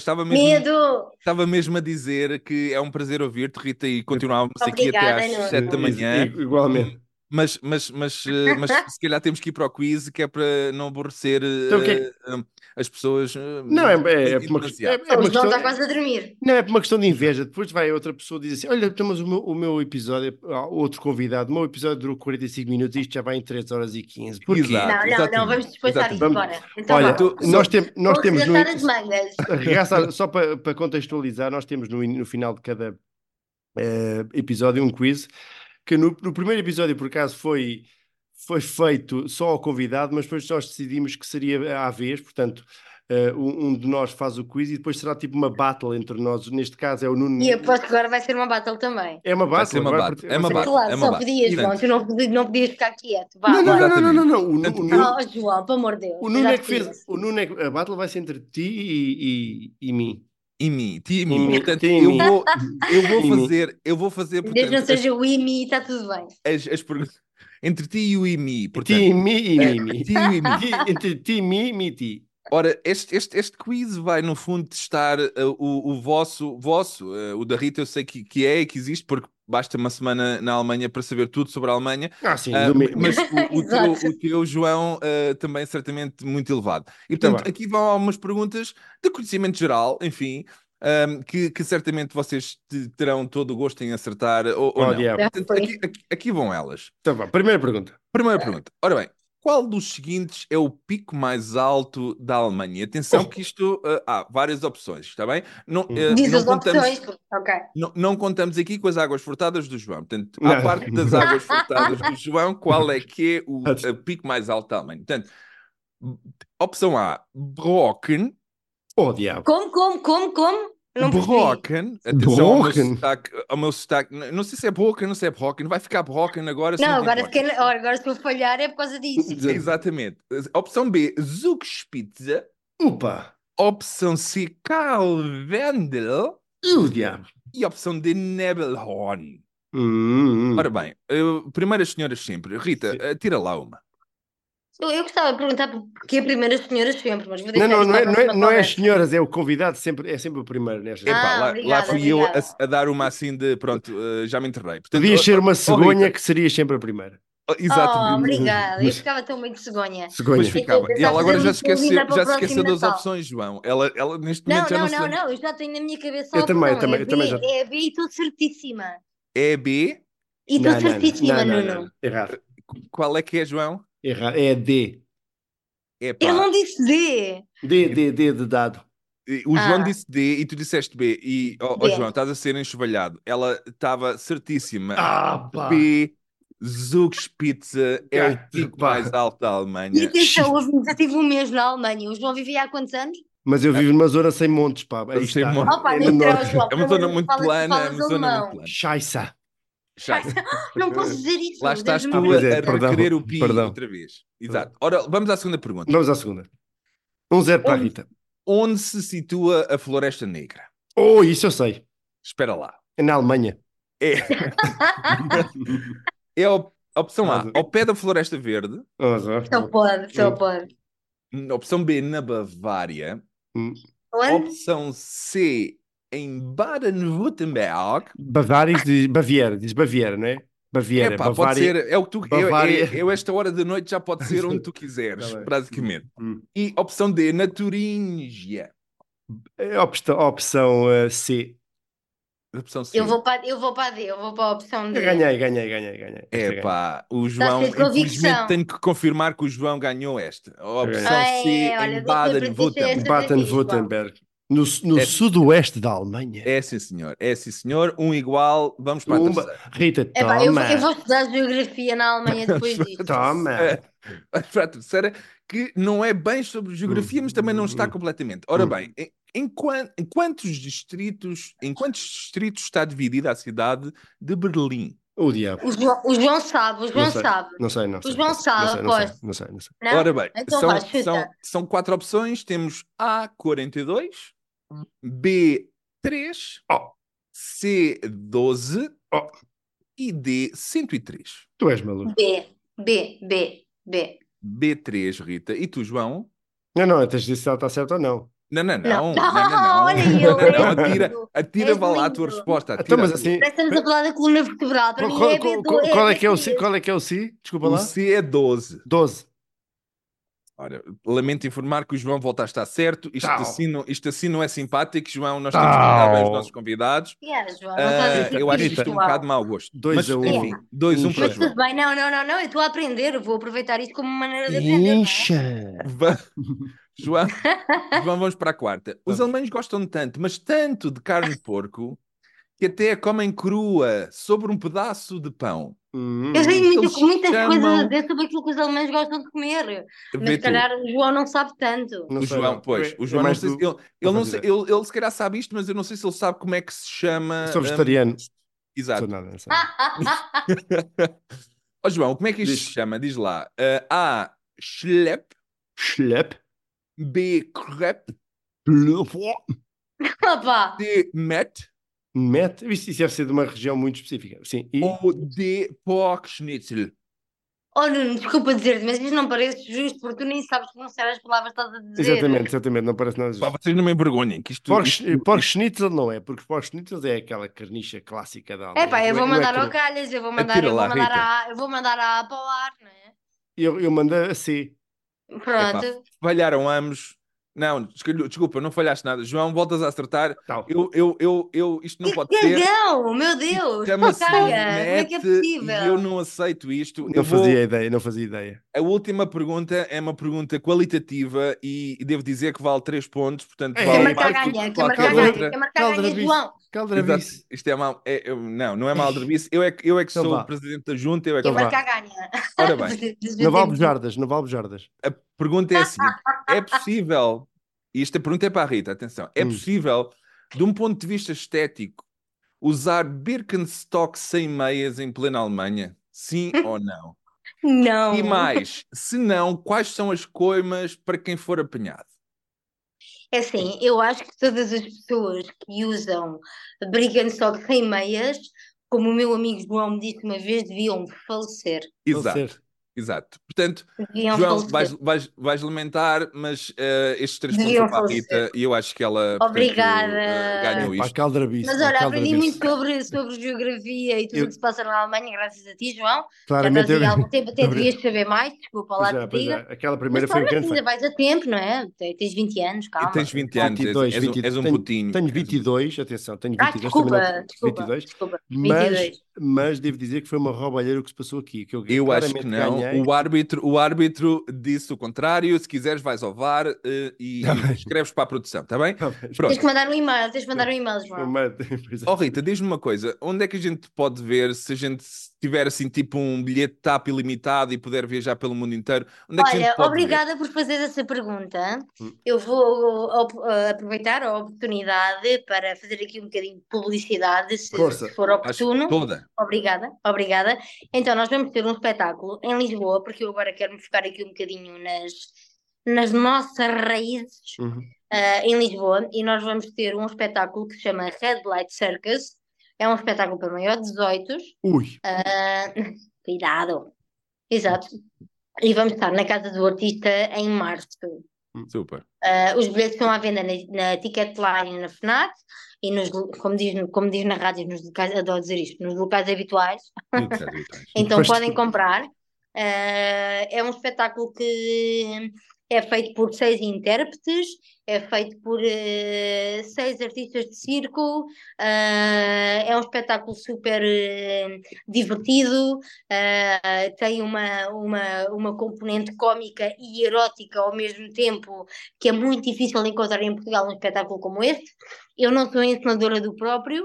Medo! estava mesmo a dizer que é um prazer ouvir-te, Rita, e continuávamos aqui até Obrigada, às Nuno. 7 da manhã. Igualmente. Mas se calhar temos que ir para o quiz, que é para não aborrecer Então, o que é que... as pessoas Não, demasiado. é O uma João questão. está quase a dormir. Não, é por uma questão de inveja. Depois vai outra pessoa e diz assim: olha, temos o meu episódio, outro convidado, o meu episódio durou 45 minutos e isto já vai em 3 horas e 15. Porquê? Não, Exato, não, não, vamos exatamente. despachar isto, Vamos, bora. Então olha, vá. Então, nós Vou temos no. arregaçar as mangas. Só para contextualizar, nós temos no final de cada episódio um quiz que no primeiro episódio, por acaso, foi feito só ao convidado, mas depois nós decidimos que seria à vez, portanto, um de nós faz o quiz e depois será tipo uma battle entre nós. Neste caso é o Nuno. E aposto que agora vai ser uma battle também. É uma vai ser battle, uma agora bate. É vai uma ser bate. Claro, É uma só bate. podias, João, Portanto, tu não podias ficar quieto. Não, Vá, não, não, bora. não, não, não, exatamente. não. Portanto, Oh, João, pelo amor de Deus, O eu Nuno já é te que fez. conheço. O Nuno a battle vai ser entre ti e mim. Ti e Em mim. mim, Portanto, ti em mim. Em mim. eu vou fazer, Desde não portanto, seja o IMI, está tudo bem. as perguntas entre ti e o Imi. Ti Portanto, em mim e mim. ti e o Imi. Entre ti, mim e ti. Ora, este quiz vai, no fundo, testar o vosso, o da Rita, eu sei que é e que existe, porque basta uma semana na Alemanha para saber tudo sobre a Alemanha. Ah, sim, Mas Exato. o teu, João, também certamente muito elevado. E, Então portanto, vá. aqui vão algumas perguntas de conhecimento geral, enfim, que certamente vocês terão todo o gosto em acertar ou Oh, não. diabo. Já Portanto, foi. aqui vão elas. Então vá. Primeira pergunta. Primeira pergunta. Ora bem, qual dos seguintes é o pico mais alto da Alemanha? Atenção Oh. que isto há várias opções, está bem? Não, Diz não as opções. contamos, Ok. não contamos aqui com as águas furtadas do João. Portanto, à Não. parte das águas furtadas do João, qual é que é o pico mais alto da Alemanha? Portanto, opção A, Brocken. Oh, diabo. Como? Eu não percebi. Brocken, atenção ao meu Brocken. sotaque, Não sei se é Brocken, não sei se é Brocken. Vai ficar Brocken agora, se Não, não te agora, importas. agora se eu falhar é por causa disso. Exatamente. Opção B, Zugspitze. Upa. Opção C, Karl Wendel. O diabo. E opção D, Nebelhorn. Hum. Ora bem, primeiras senhoras sempre. Rita, Sim. tira lá uma. Eu gostava de perguntar porquê a primeira senhora sempre, mas vou Não, deixar isso para a próxima não é as conversa. senhoras, é o convidado, é sempre o primeiro nestas. Epá, lá Obrigada, fui eu obrigada. a dar uma assim de, pronto, já me enterrei. Portanto, Podias ser uma Rita, cegonha que serias sempre a primeira. Oh, exatamente. obrigada. Eu Mas- ficava tão bem de cegonha. Pois Cegonha. ficava. E Pensava ela agora fazer já uma se coisa linda esqueceu, para o já se próximo esqueceu das Natal. opções, João. Ela neste momento já não se lembra. Não, eu já tenho na minha cabeça a Eu também, opção. eu também já. É a B e estou certíssima. É B. E estou Não. certíssima, Nuno. Errado. Qual é que é, João? Errado. É a D. Eu não disse D. D de dado. O João disse D e tu disseste B. E, B. João, estás a ser enxovalhado. Ela estava certíssima. Pá. B. Zugspitze é o pico pá. mais alto da E Alemanha. atenção, eu já tive um mês na Alemanha. O João vivia há quantos anos? Mas eu vivo numa zona sem montes, pá. Aí Sem está. montes. Opa, É nem no será o norte. João. É uma zona muito Falas plana, é uma zona muito alemão. plana. Scheiße. Não posso dizer isso. Lá estás tu Pois é, a perdão, requerer o pi perdão. outra vez. Exato. Ora, vamos à segunda pergunta. Vamos à segunda. 1-0 para a Rita. Onde se situa a Floresta Negra? Oh, isso eu sei. Espera lá. É na Alemanha. É, é a opção A, ao pé da Floresta Verde. Só pode, só pode. Opção B, na Bavária. Onde? Opção C, em Baden-Württemberg. Baviera, diz Baviera, não é? Baviera, Epá, pode Bavária. ser, é o que tu Bavária. eu esta hora da noite já pode ser onde tu quiseres, Tá bem. basicamente. E opção D, na Turíngia. Opção C. Opção C. Eu vou para a D, eu vou para a opção D. Ganhei. Epá, o João, cheio de convicção. infelizmente tenho que confirmar que o João ganhou esta. A opção Ai, C, olha, em dou-te a Baden-Württemberg. esta Baden-Württemberg. No sudoeste da Alemanha. É sim, senhor. É sim, senhor. Um igual. Vamos para a terceira. Rita, Epá, eu toma. vou estudar geografia na Alemanha depois disto. Toma. Para a terceira, que não é bem sobre geografia, mas também não está completamente. Ora bem, em quantos distritos está dividida a cidade de Berlim? O diabo. O João sabe, o João sabe. Não sei. O João sabe, aposto. Não sei. Não? Ora bem, Então vá, chuta. são 4 opções. Temos A, 42, B, 3, C, 12 e D, 103. Tu és maluco. B. B3, Rita. E tu, João? Não, tens de dizer se ela está certa ou não. Não. Olha ele. Atira, vá lá a lindo. tua resposta. Então, mas assim, Estamos a falar da coluna vertebral. Para mim é B2. qual é que é o C? Desculpa O lá. C é 12. 12. Ora, lamento informar que o João volta a estar certo. Isto assim não é simpático, João. Nós temos que tratar bem os nossos convidados. João, não estás a dizer eu acho isto, isto um bocado de mau gosto. 2 a 1. Enfim, 2-1 para o Mas João. tudo bem, não. Eu estou a aprender. Vou aproveitar isto como maneira de aprender. Incha. João, vamos para a quarta. Os alemães gostam mas tanto de carne de porco, que até a comem crua sobre um pedaço de pão. Eu tenho muitas coisas a dizer sobre aquilo que os alemães gostam de comer. Mas se calhar o João não sabe tanto. O João não sei se ele se calhar sabe isto, mas eu não sei se ele sabe como é que se chama. Sou vegetariano. Exato. Não sei. João, como é que isto se chama? Diz lá. A. Schlepp. B. Crepe. C. Met. Isso deve ser de uma região muito específica. Sim. Ou D. Porkschnitzel. Oh, Nuno, desculpa dizer-te, mas isto não parece justo porque tu nem sabes pronunciar as palavras que estás a dizer. Exatamente, não parece nada justo. Vocês não me envergonhem. Pork schnitzel não é, porque pork schnitzel é aquela carnicha clássica da Alemanha. Eu vou mandar ao calhas, eu vou mandar a para o ar, não é? Eu mando a C. Pronto. Falharam ambos. Não, desculpa, não falhaste nada. João, voltas a acertar. Isto não pode ser. Cagão, meu Deus! Chama-se Como é que é possível? e eu não aceito isto. Não fazia ideia. A última pergunta é uma pergunta qualitativa e devo dizer que vale 3 pontos, portanto Quem vale marcar ganha, João. Caldrabice. Isto é mal. Não é maldrabice. Eu é que sou o presidente da junta. Quem marcar ganha. Ora bem. Não vale bujardas. A pergunta é assim: é possível, e esta pergunta é para a Rita, atenção, é possível, de um ponto de vista estético, usar Birkenstock sem meias em plena Alemanha? Sim ou não? Não. E mais, se não, quais são as coimas para quem for apanhado? É assim, eu acho que todas as pessoas que usam Birkenstock sem meias, como o meu amigo João me disse uma vez, deviam falecer. Exato. Portanto, Deviam João, falecer. vais lamentar, mas estes 3 pontos Deviam são para a falecer. Rita e eu acho que ela Obrigada. ganhou isto. Mas olha, aprendi muito sobre geografia e tudo o que se passa na Alemanha, graças a ti, João. Claramente, já estás há algum tempo, até devias saber mais, desculpa lá te Pois diga. Aquela primeira Mas foi um olha, grande ainda vais a tempo, não é? Tens 20 anos, calma. E tens 20 anos, 22, és um putinho. Tenho 22, atenção, tenho 22. Desculpa. 22. Mas devo dizer que foi uma roubalheira o que se passou aqui. Que eu acho que não. ganhei. o árbitro disse o contrário. Se quiseres, vais ao VAR e escreves para a produção, está bem? Tens Pronto. que mandar um e-mail, João. Oh, Rita, diz-me uma coisa: onde é que a gente pode ver se a gente tiver assim tipo um bilhete TAP ilimitado e puder viajar pelo mundo inteiro? Onde é que a gente Olha, pode ver? obrigada por fazer essa pergunta. Eu vou aproveitar a oportunidade para fazer aqui um bocadinho de publicidade, se Força. for Acho oportuno. toda. Obrigada, obrigada. Então, nós vamos ter um espetáculo em Lisboa, porque eu agora quero me focar aqui um bocadinho nas nossas raízes, em Lisboa, e nós vamos ter um espetáculo que se chama Red Light Circus. É um espetáculo para maior de 18. Ui. Cuidado. Exato. E vamos estar na Casa do Artista em março. Super. Os bilhetes estão à venda na Ticketline e na FNAC e como diz na rádio, nos locais, adoro dizer isto, nos locais habituais. Então podem comprar. É um espetáculo que é feito por 6 intérpretes, é feito por 6 artistas de circo, é um espetáculo super divertido, tem uma componente cómica e erótica ao mesmo tempo, que é muito difícil de encontrar em Portugal um espetáculo como este. Eu não sou encenadora do próprio.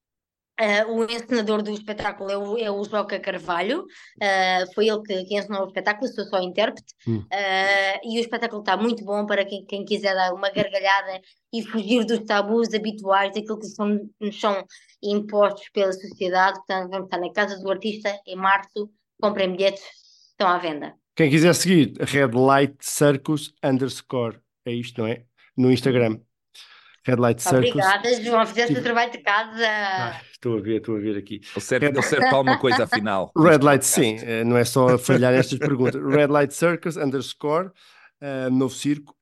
O encenador do espetáculo é o Joca Carvalho, foi ele que encenou o espetáculo, sou só intérprete, e o espetáculo está muito bom para quem quiser dar uma gargalhada e fugir dos tabus habituais, daquilo que nos são impostos pela sociedade. Portanto, vamos estar na Casa do Artista em março, comprem bilhetes, estão à venda. Quem quiser seguir, Red Light Circus _ é isto, não é? No Instagram. Red Light Circus. Obrigada, João, fizeste o trabalho de casa. Estou a ver aqui. Ele certo alguma coisa afinal. Red Light, sim, não é só falhar nestas perguntas. Red Light Circus _ novo circo,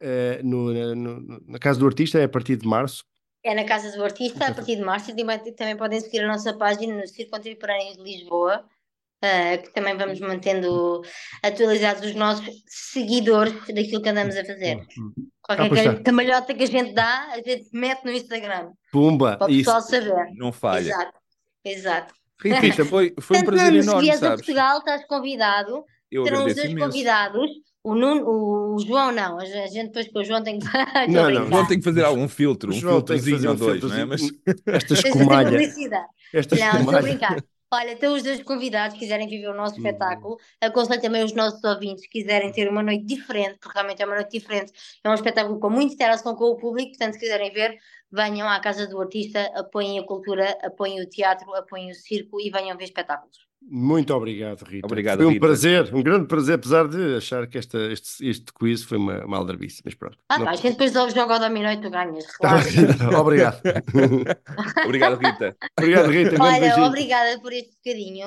na Casa do Artista é a partir de março. É na Casa do Artista, a partir de março, e também podem seguir a nossa página no Circo Contemporâneo de Lisboa, que também vamos mantendo atualizados os nossos seguidores daquilo que andamos a fazer. Qualquer cambalhota que a gente dá, a gente mete no Instagram. Pumba! Para o pessoal saber. Não falha. Exato. Rita, foi um prazer enorme, se vies sabes? a Portugal, estás convidado. Eu Terão os agradeço dois imenso. convidados. O Nuno, o João não. A gente depois com o João tem que... Não tem que fazer algum filtro, um filtrozinho ou dois, não é? Mas... Esta escumalha. Não, estou a brincar. Olha, então os dois convidados quiserem viver o nosso espetáculo, aconselho também os nossos ouvintes que quiserem ter uma noite diferente, porque realmente é uma noite diferente, é um espetáculo com muita interação com o público, portanto se quiserem ver, venham à Casa do Artista, apoiem a cultura, apoiem o teatro, apoiem o circo e venham ver espetáculos. Muito obrigado, Rita. Obrigado, foi um Rita. prazer, um grande prazer, apesar de achar que este quiz foi uma aldrabice, mas pronto. A gente depois joga ao dominó e tu ganhas. Obrigado. Obrigado, Rita. Obrigado, Rita. Olha, obrigada por este bocadinho.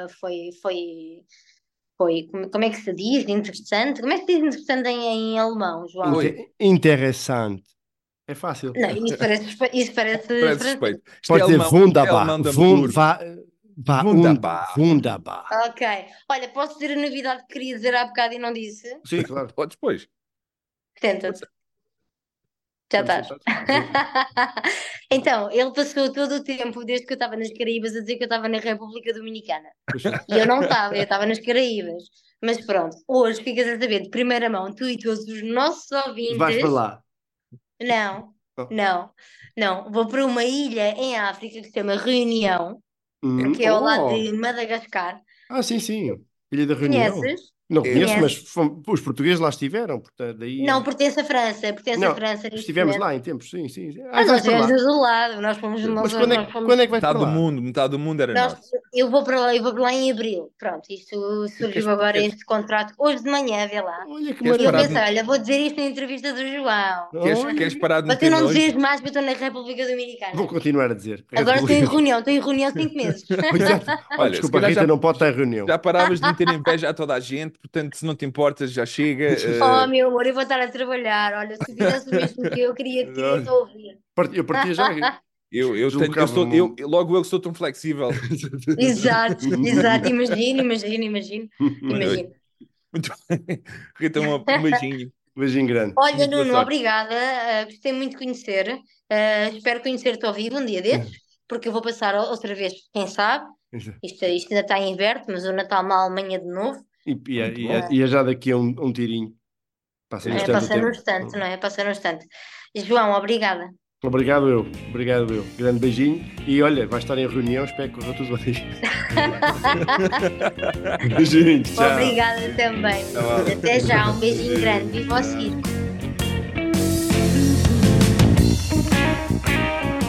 Foi, como é que se diz? Interessante? Como é que se diz interessante em alemão, João? Interessante. É fácil. Não, isso parece suspeito. Pode dizer wunderbar. Wunderbar. Ok. Olha, posso dizer a novidade que queria dizer há bocado e não disse? Sim, claro. Podes depois. Tenta-te. Já estás. Então, ele passou todo o tempo, desde que eu estava nas Caraíbas, a dizer que eu estava na República Dominicana. E eu não estava, eu estava nas Caraíbas. Mas pronto, hoje ficas a saber de primeira mão, tu e todos os nossos ouvintes. Vais para lá? Não. Vou para uma ilha em África que se chama Reunião, que é ao lado de Madagascar. Sim. Ilha da Reunião. Conheces? Não conheço, mas os portugueses lá estiveram, portanto, daí... Não, pertence à França. Estivemos lá em tempos, sim. Mas nós estivemos do lado, nós fomos... Mas quando é que vais para lá? Metade do mundo era nosso. Eu vou para lá em abril. Pronto, isto surgiu agora este contrato. Hoje de manhã, vê lá. Olha que e eu pensei, olha, vou dizer isto na entrevista do João. Queres parar de Mas tu meter não nojo? dizes mais que eu estou na República Dominicana. Vou continuar a dizer. Agora estou em reunião 5 meses. Olha, desculpa, a Rita não pode estar em reunião. Já paravas de meter inveja a toda a gente, portanto, se não te importas, já chega. Oh, meu amor, eu vou estar a trabalhar. Olha, se fizesse o mesmo que eu queria ouvir. Eu partia já. Logo eu que sou tão flexível. Exato. Imagino. Muito bem. Rita, um beijinho. Beijinho grande. Olha, Nuno, obrigada. Gostei muito de conhecer. Espero conhecer-te ao vivo um dia desses, porque eu vou passar outra vez, quem sabe. Isto ainda está em inverno, mas o Natal na Alemanha de novo. E é já daqui a um tirinho. Passa no instante o Passa no tempo. instante, não é? Passa no instante. João, obrigada. Obrigado eu. Grande beijinho. E olha, vai estar em reunião, espero que corra tudo bem. Beijinhos, tchau. Obrigada também. Até já, um beijinho grande. Viva o circo.